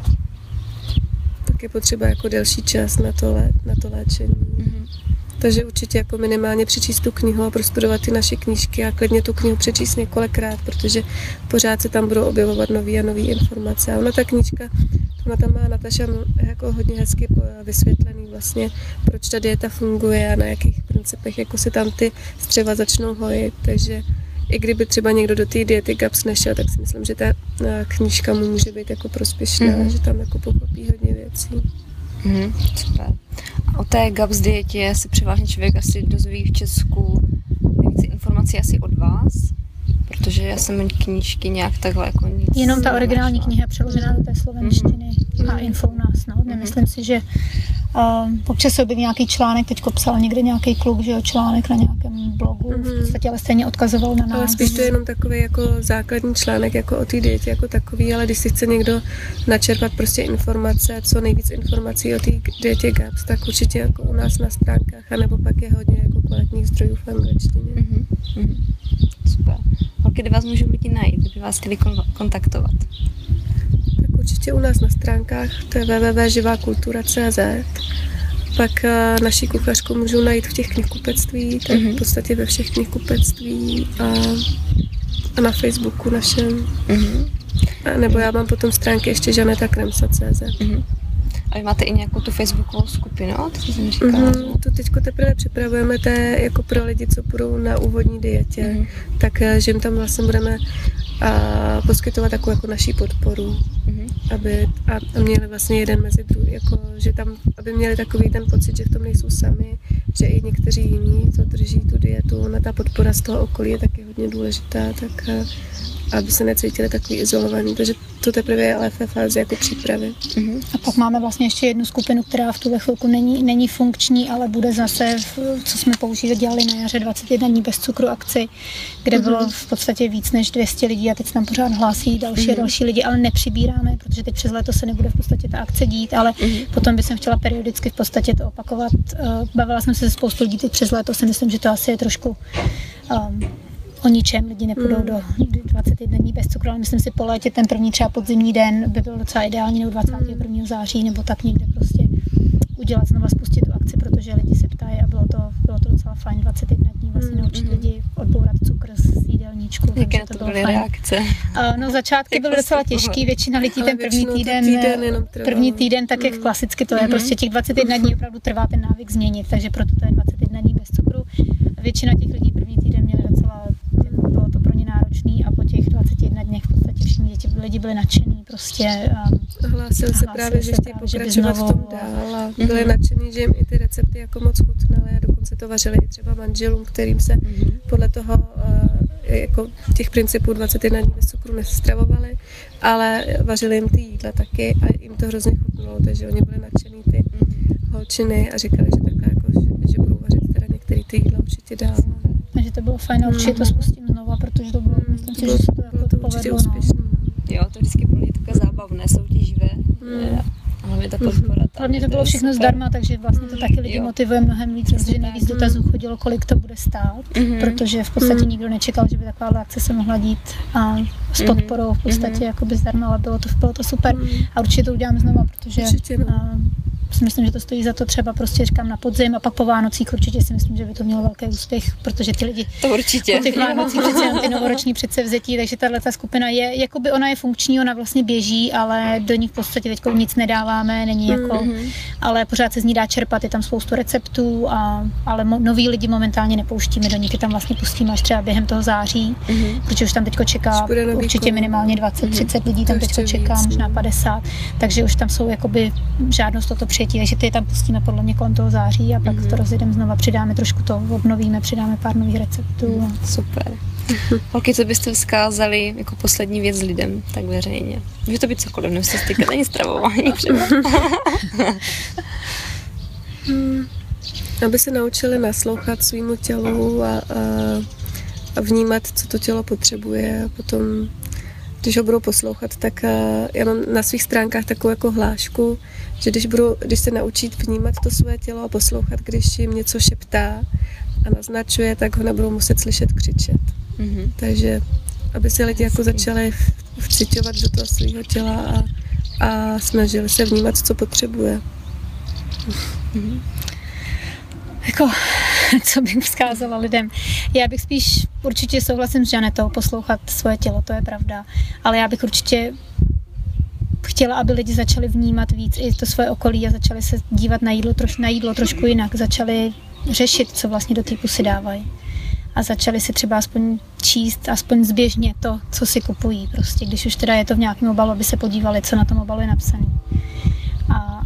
Tak je potřeba jako delší čas na to, lé, na to léčení. Mm-hmm. Takže určitě jako minimálně přečíst tu knihu a prostudovat ty naše knížky a klidně tu knihu přečíst několikrát, protože pořád se tam budou objevovat nový a nový informace. A ona ta knížka, ona tam má Nataša jako hodně hezky vysvětlený vlastně, proč ta dieta funguje a na jakých principech jako se tam ty střeva začnou hojit. Takže i kdyby třeba někdo do té diety GAPS nešel, tak si myslím, že ta knížka mu může být jako prospěšná, mm-hmm. že tam jako pochopí hodně věcí. Mhm, super. A o té GAPS dietě se převážně člověk asi dozví v Česku nejvíce informací asi od vás, protože já jsem knížky nějak takhle jako nic. Jenom ta originální nenašla. kniha přeložená do té slovenštiny mm-hmm. a info u nás. No. Nemyslím si, že uh, občas se objeví nějaký článek, teďko psal někde nějaký kluk, že jo, článek na nějakém blogu, mm-hmm. v podstatě ale stejně odkazoval na nás. Ale spíš to je jenom takový jako základní článek jako o té dietě jako takový, ale když si chce někdo načerpat prostě informace, co nejvíc informací o té dietě GAPS, tak určitě jako u nás na stránkách, anebo pak je hodně jako kvalitních zdrojů v angličtině. Mm-hmm. Mm-hmm. Super. A kde vás můžou lidi najít, kdyby vás chtěli kontaktovat? Tak určitě u nás na stránkách, to je w w w tečka živá kultura tečka c z. Pak uh, naší kuchařku můžou najít v těch knihkupectví, tak mm-hmm. v podstatě ve všech knihkupectví a, a na Facebooku našem. Mm-hmm. A nebo já mám potom stránky ještě žaneta kremsa tečka c z. Mm-hmm. A vy máte i nějakou tu facebookovou skupinu, to jsem říkala? Mm-hmm, to teďko teprve připravujeme, to je jako pro lidi, co budou na úvodní dietě, mm-hmm. tak že jim tam vlastně budeme a, poskytovat takovou jako naší podporu, mm-hmm. aby a, a měli vlastně jeden mezi druhý, jako, že tam, aby měli takový ten pocit, že v tom nejsou sami, že i někteří jiní, co drží tu dietu, na ta podpora z toho okolí je taky hodně důležitá, tak a, aby se necítili takový izolovaný, takže to teprve je ale ve fázi jako přípravy. Mm-hmm. A pak máme vlastně ještě jednu skupinu, která v tuhle chvilku není, není funkční, ale bude zase, co jsme použili, dělali na jaře dvacet jedna dní bez cukru akci, kde mm-hmm. bylo v podstatě víc než dvě stě lidí a teď se nám pořád hlásí další mm-hmm. a další lidi, ale nepřibíráme, protože teď přes léto se nebude v podstatě ta akce dít, ale mm-hmm. potom bych chtěla periodicky v podstatě to opakovat. Bavila jsem se se spoustu lidí teď přes léto, si myslím, že to asi je trošku um, o ničem, lidi nepůjdou mm. do dvacet jedna dní bez cukru, ale myslím si po létě ten první třeba podzimní den by byl docela ideální, nebo dvacátého prvního září, nebo tak někde prostě udělat, znova spustit tu akci, protože lidi se ptají a bylo to, bylo to docela fajn, dvacet jedna dní vlastně naučit mm. lidi odbourat cukr z jídelníčku. Jaké to, to byly reakce? Uh, no začátky byly docela těžký, většina lidí ten první týden, týden první týden, tak jak klasicky to je, mm. prostě těch dvacet jedna dní opravdu trvá ten návyk změnit, takže proto to je dvacet jedna dní bez cukru. Většina těch lidí první týden měli docela, bylo to pro ně náročný a po těch dvaceti jedna dnech v podstatě všichni děti, lidi byli nadšený prostě. Um, Hlásili se právě, že chtějí pokračovat v tom dál a byli mm-hmm. nadšený, že jim i ty recepty jako moc chutnaly a dokonce to vařili i třeba manželům, kterým se mm-hmm. podle toho uh, jako těch principů dvacet jedna dní bez cukru nestravovali, ale vařili jim ty jídla taky a jim to hrozně chutnalo, takže oni byli nadšený ty mm-hmm. holčiny a říkali, že takhle jako, že, že budou vařit teda některé ty jídla určitě dál. Takže to bylo fajn, určitě to spustím znova, protože to bylo, myslím si, že se to jako to povedlo. No. Jo, to vždycky pro lidi takové zábavné, soutěživé. Mm. A hlavně ta podpora. Hlavně to bylo všechno super. Zdarma, takže vlastně to taky lidi jo. motivuje mnohem víc, protože nejvíc dotazů chodilo, kolik to bude stát, mm-hmm. protože v podstatě mm. nikdo nečekal, že by taková akce se mohla dít a s podporou v podstatě mm-hmm. jakoby zdarma, ale bylo to, bylo to super mm. a určitě to uděláme znova, protože určitě, no. a, si myslím, že to stojí za to třeba prostě říkám na podzim a pak po Vánocích určitě si myslím, že by to mělo velký úspěch, protože ty lidi to určitě. Po těch Vánocích přece ty novoroční předsevzetí, takže tato skupina je, jakoby ona je funkční, ona vlastně běží, ale do ní v podstatě teď nic nedáváme, není jako, mm-hmm. ale pořád se z ní dá čerpat, je tam spoustu receptů, a, ale mo, noví lidi momentálně nepouštíme do ní, ty tam vlastně pustíme až třeba během toho září, mm-hmm. protože už tam teďko čeká určitě minimálně dvacet třicet mm-hmm. lidí tam teďko čeká, víc, možná padesát, takže už tam jsou jakoby žádnost toto přijetí, takže ty tam pustíme podle mě kolem toho září a pak mm-hmm. to rozjedeme znova, přidáme trošku to, obnovíme, přidáme pár nových receptů. Mm, super. Holky, co byste vzkázali jako poslední věc lidem, tak veřejně? Může to být cokoliv, nemusíte se týkat ani stravování třeba. hmm. Aby se naučili naslouchat svýmu tělu a, a, a vnímat, co to tělo potřebuje a potom když ho budou poslouchat, tak já mám na svých stránkách takovou jako hlášku, že když, budou, když se naučí vnímat to své tělo a poslouchat, když jim něco šeptá a naznačuje, tak ho nebudou muset slyšet křičet. Mm-hmm. Takže aby se lidi jako začali vciťovat do toho svého těla a, a snažili se vnímat, co potřebuje. Mm-hmm. Jako, co bych vzkázala lidem. Já bych spíš určitě souhlasím s Žanetou, poslouchat svoje tělo, to je pravda. Ale já bych určitě chtěla, aby lidi začali vnímat víc i to svoje okolí a začali se dívat na jídlo, troš, na jídlo trošku jinak. Začali řešit, co vlastně do té pusy dávají. A začali si třeba aspoň číst, aspoň zběžně to, co si kupují. Prostě, když už teda je to v nějakém obalu, aby se podívali, co na tom obalu je napsané. A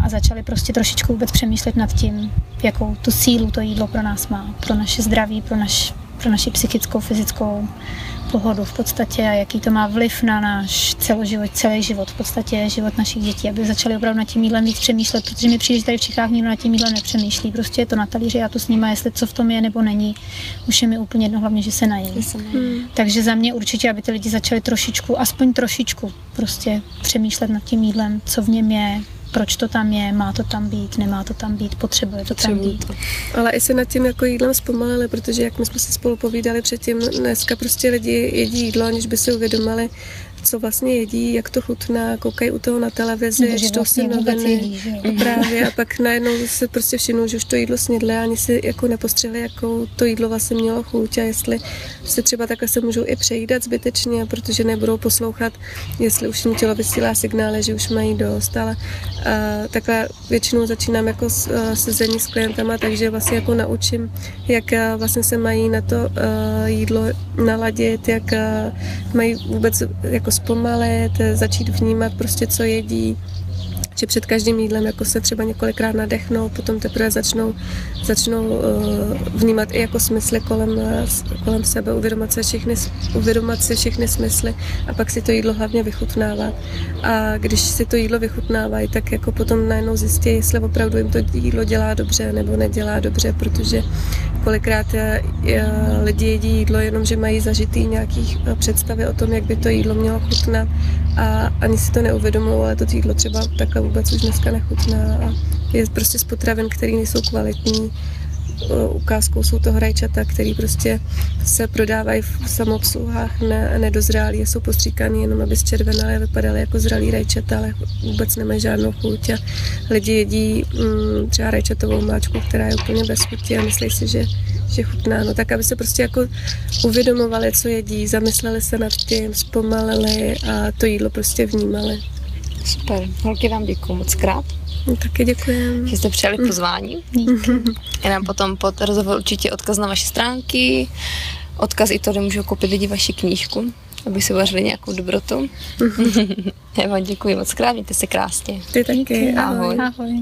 a začali prostě trošičku vůbec přemýšlet nad tím, jakou tu sílu to jídlo pro nás má, pro naše zdraví, pro, naš, pro naši psychickou, fyzickou pohodu v podstatě a jaký to má vliv na náš celoživot, celý život, v podstatě život našich dětí, aby začali opravdu nad tím jídlem víc přemýšlet, protože mi přijde, že tady v Čechách nikdo nad tím jídlem nepřemýšlí, prostě je to na talíři, já to s nima, jestli co v tom je nebo není, už je mi úplně jedno, hlavně, že se nají. Hmm. Takže za mě určitě, aby ty lidi začali trošičku, aspoň trošičku, prostě přemýšlet nad tím jídlem, co v něm je, proč to tam je, má to tam být, nemá to tam být, potřebuje to tam být. Ale i se nad tím jako jídlem zpomalili, protože jak my jsme si spolu povídali předtím, dneska prostě lidi jedí jídlo, aniž by si uvědomili, co vlastně jedí, jak to chutná, koukají u toho na televizi, no, čtou vlastně si noviny právě a pak najednou se prostě všimnou, že už to jídlo snědli a ani si jako nepostřehli, jakou to jídlo vlastně mělo chuť a jestli se třeba takhle se můžou i přejídat zbytečně, protože nebudou poslouchat, jestli už jim tělo vysílá signály, že už mají dost, ale a, takhle většinou začínám jako s, a, sezení s klientama, takže vlastně jako naučím, jak a, vlastně se mají na to a, jídlo naladit, jak a, mají vůbec jako zpomalit, začít vnímat prostě, co jedí, že před každým jídlem jako se třeba několikrát nadechnou, potom teprve začnou, začnou uh, vnímat i jako smysly kolem, kolem sebe, uvědomat si, všechny, uvědomat si všechny smysly a pak si to jídlo hlavně vychutnávat. A když si to jídlo vychutnávají, tak jako potom najednou zjistí, jestli opravdu jim to jídlo dělá dobře nebo nedělá dobře, protože kolikrát je, je, lidi jedí jídlo jenom, že mají zažitý nějakých představy o tom, jak by to jídlo mělo chutnat a ani si to neuvědomují, ale to jídlo třeba takhle vůbec už dneska nechutná a je prostě z potravin, které nejsou kvalitní. Ukázkou jsou to rajčata, které prostě se prodávají v samoobsluhách ne, nedozrálí, jsou postříkaný jenom, aby zčervenaly a vypadaly jako zralý rajčata, ale vůbec nemají žádnou chuť a lidi jedí mm, třeba rajčatovou máčku, která je úplně bez chuti a myslí si, že, že chutná. No tak, aby se prostě jako uvědomovali, co jedí, zamysleli se nad tím, zpomalili a to jídlo prostě vnímali. Super, holky, vám děkuju moc krát. No, taky děkujem. Že jste přijali pozvání. Je nám potom pod rozhovor určitě odkaz na vaše stránky, odkaz i to, kde můžou koupit lidi vaši knížku, aby si uvařili nějakou dobrotu. Já vám děkuji moc krát, mějte se krásně. Ty taky, ahoj. Ahoj.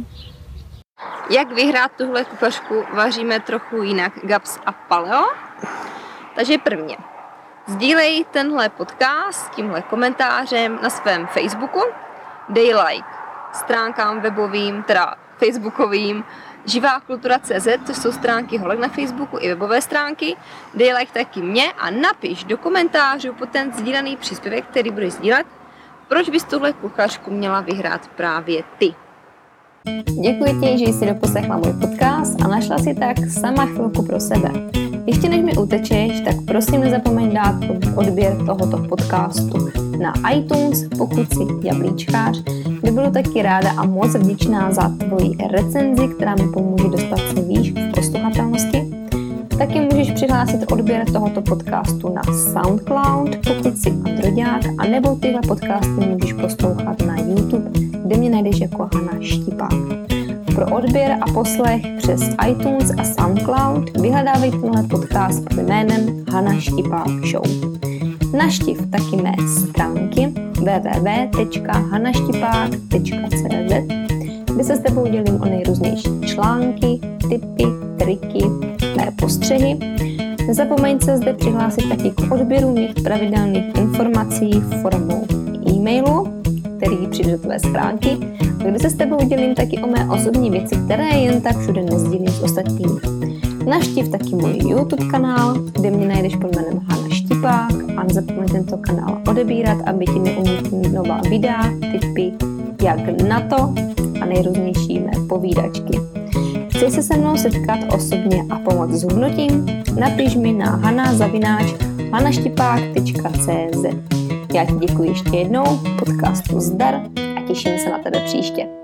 Jak vyhrát tuhle kuchařku, vaříme trochu jinak Gabs a Paleo. Takže prvně, sdílej tenhle podcast s tímhle komentářem na svém Facebooku, dej like stránkám webovým, teda facebookovým, živá kultura tečka cé zet, což jsou stránky holek na Facebooku i webové stránky, dej like taky mě a napiš do komentářů pod ten sdílený příspěvek, který budeš sdílet, proč bys tuhle kuchařku měla vyhrát právě ty. Děkuji ti, že jsi doposlechla můj podcast a našla si tak sama chvilku pro sebe. Ještě než mi utečeš, tak prosím nezapomeň dát odběr tohoto podcastu na iTunes, pokud jsi jablíčkář, kde budu taky ráda a moc vděčná za tvoji recenzi, která mi pomůže dostat se výš v posluchatelnosti. Taky můžeš přihlásit odběr tohoto podcastu na SoundCloud, pokud jsi androďák, anebo tyhle podcasty můžeš poslouchat na YouTube, kde mě najdeš jako Hana Štipák. Pro odběr a poslech přes iTunes a SoundCloud vyhledávej tenhle podcast pod jménem Hana Štipák Show. Navštiv taky mé stránky w w w tečka hana štipák tečka cé zet, kde se s tebou dělím o nejrůznější články, tipy, triky, mé postřehy. Nezapomeň se zde přihlásit taky k odběru mých pravidelných informací formou e-mailu, který přijde do tvé schránky, kde se s tebou dělím taky o mé osobní věci, které jen tak všude nesdílím s ostatními. Navštiv taky můj YouTube kanál, kde mě najdeš pod jménem Hana Štipák a nezapomeň tento kanál odebírat, aby ti neunikly nová videa, tipy, jak na to a nejrůznější mé povídačky. Chceš se se mnou setkat osobně a pomoct s hubnutím? Napiš mi na hana zavináč hana štipák tečka cé zet. Já ti děkuji ještě jednou, podcastu zdar a těším se na tebe příště.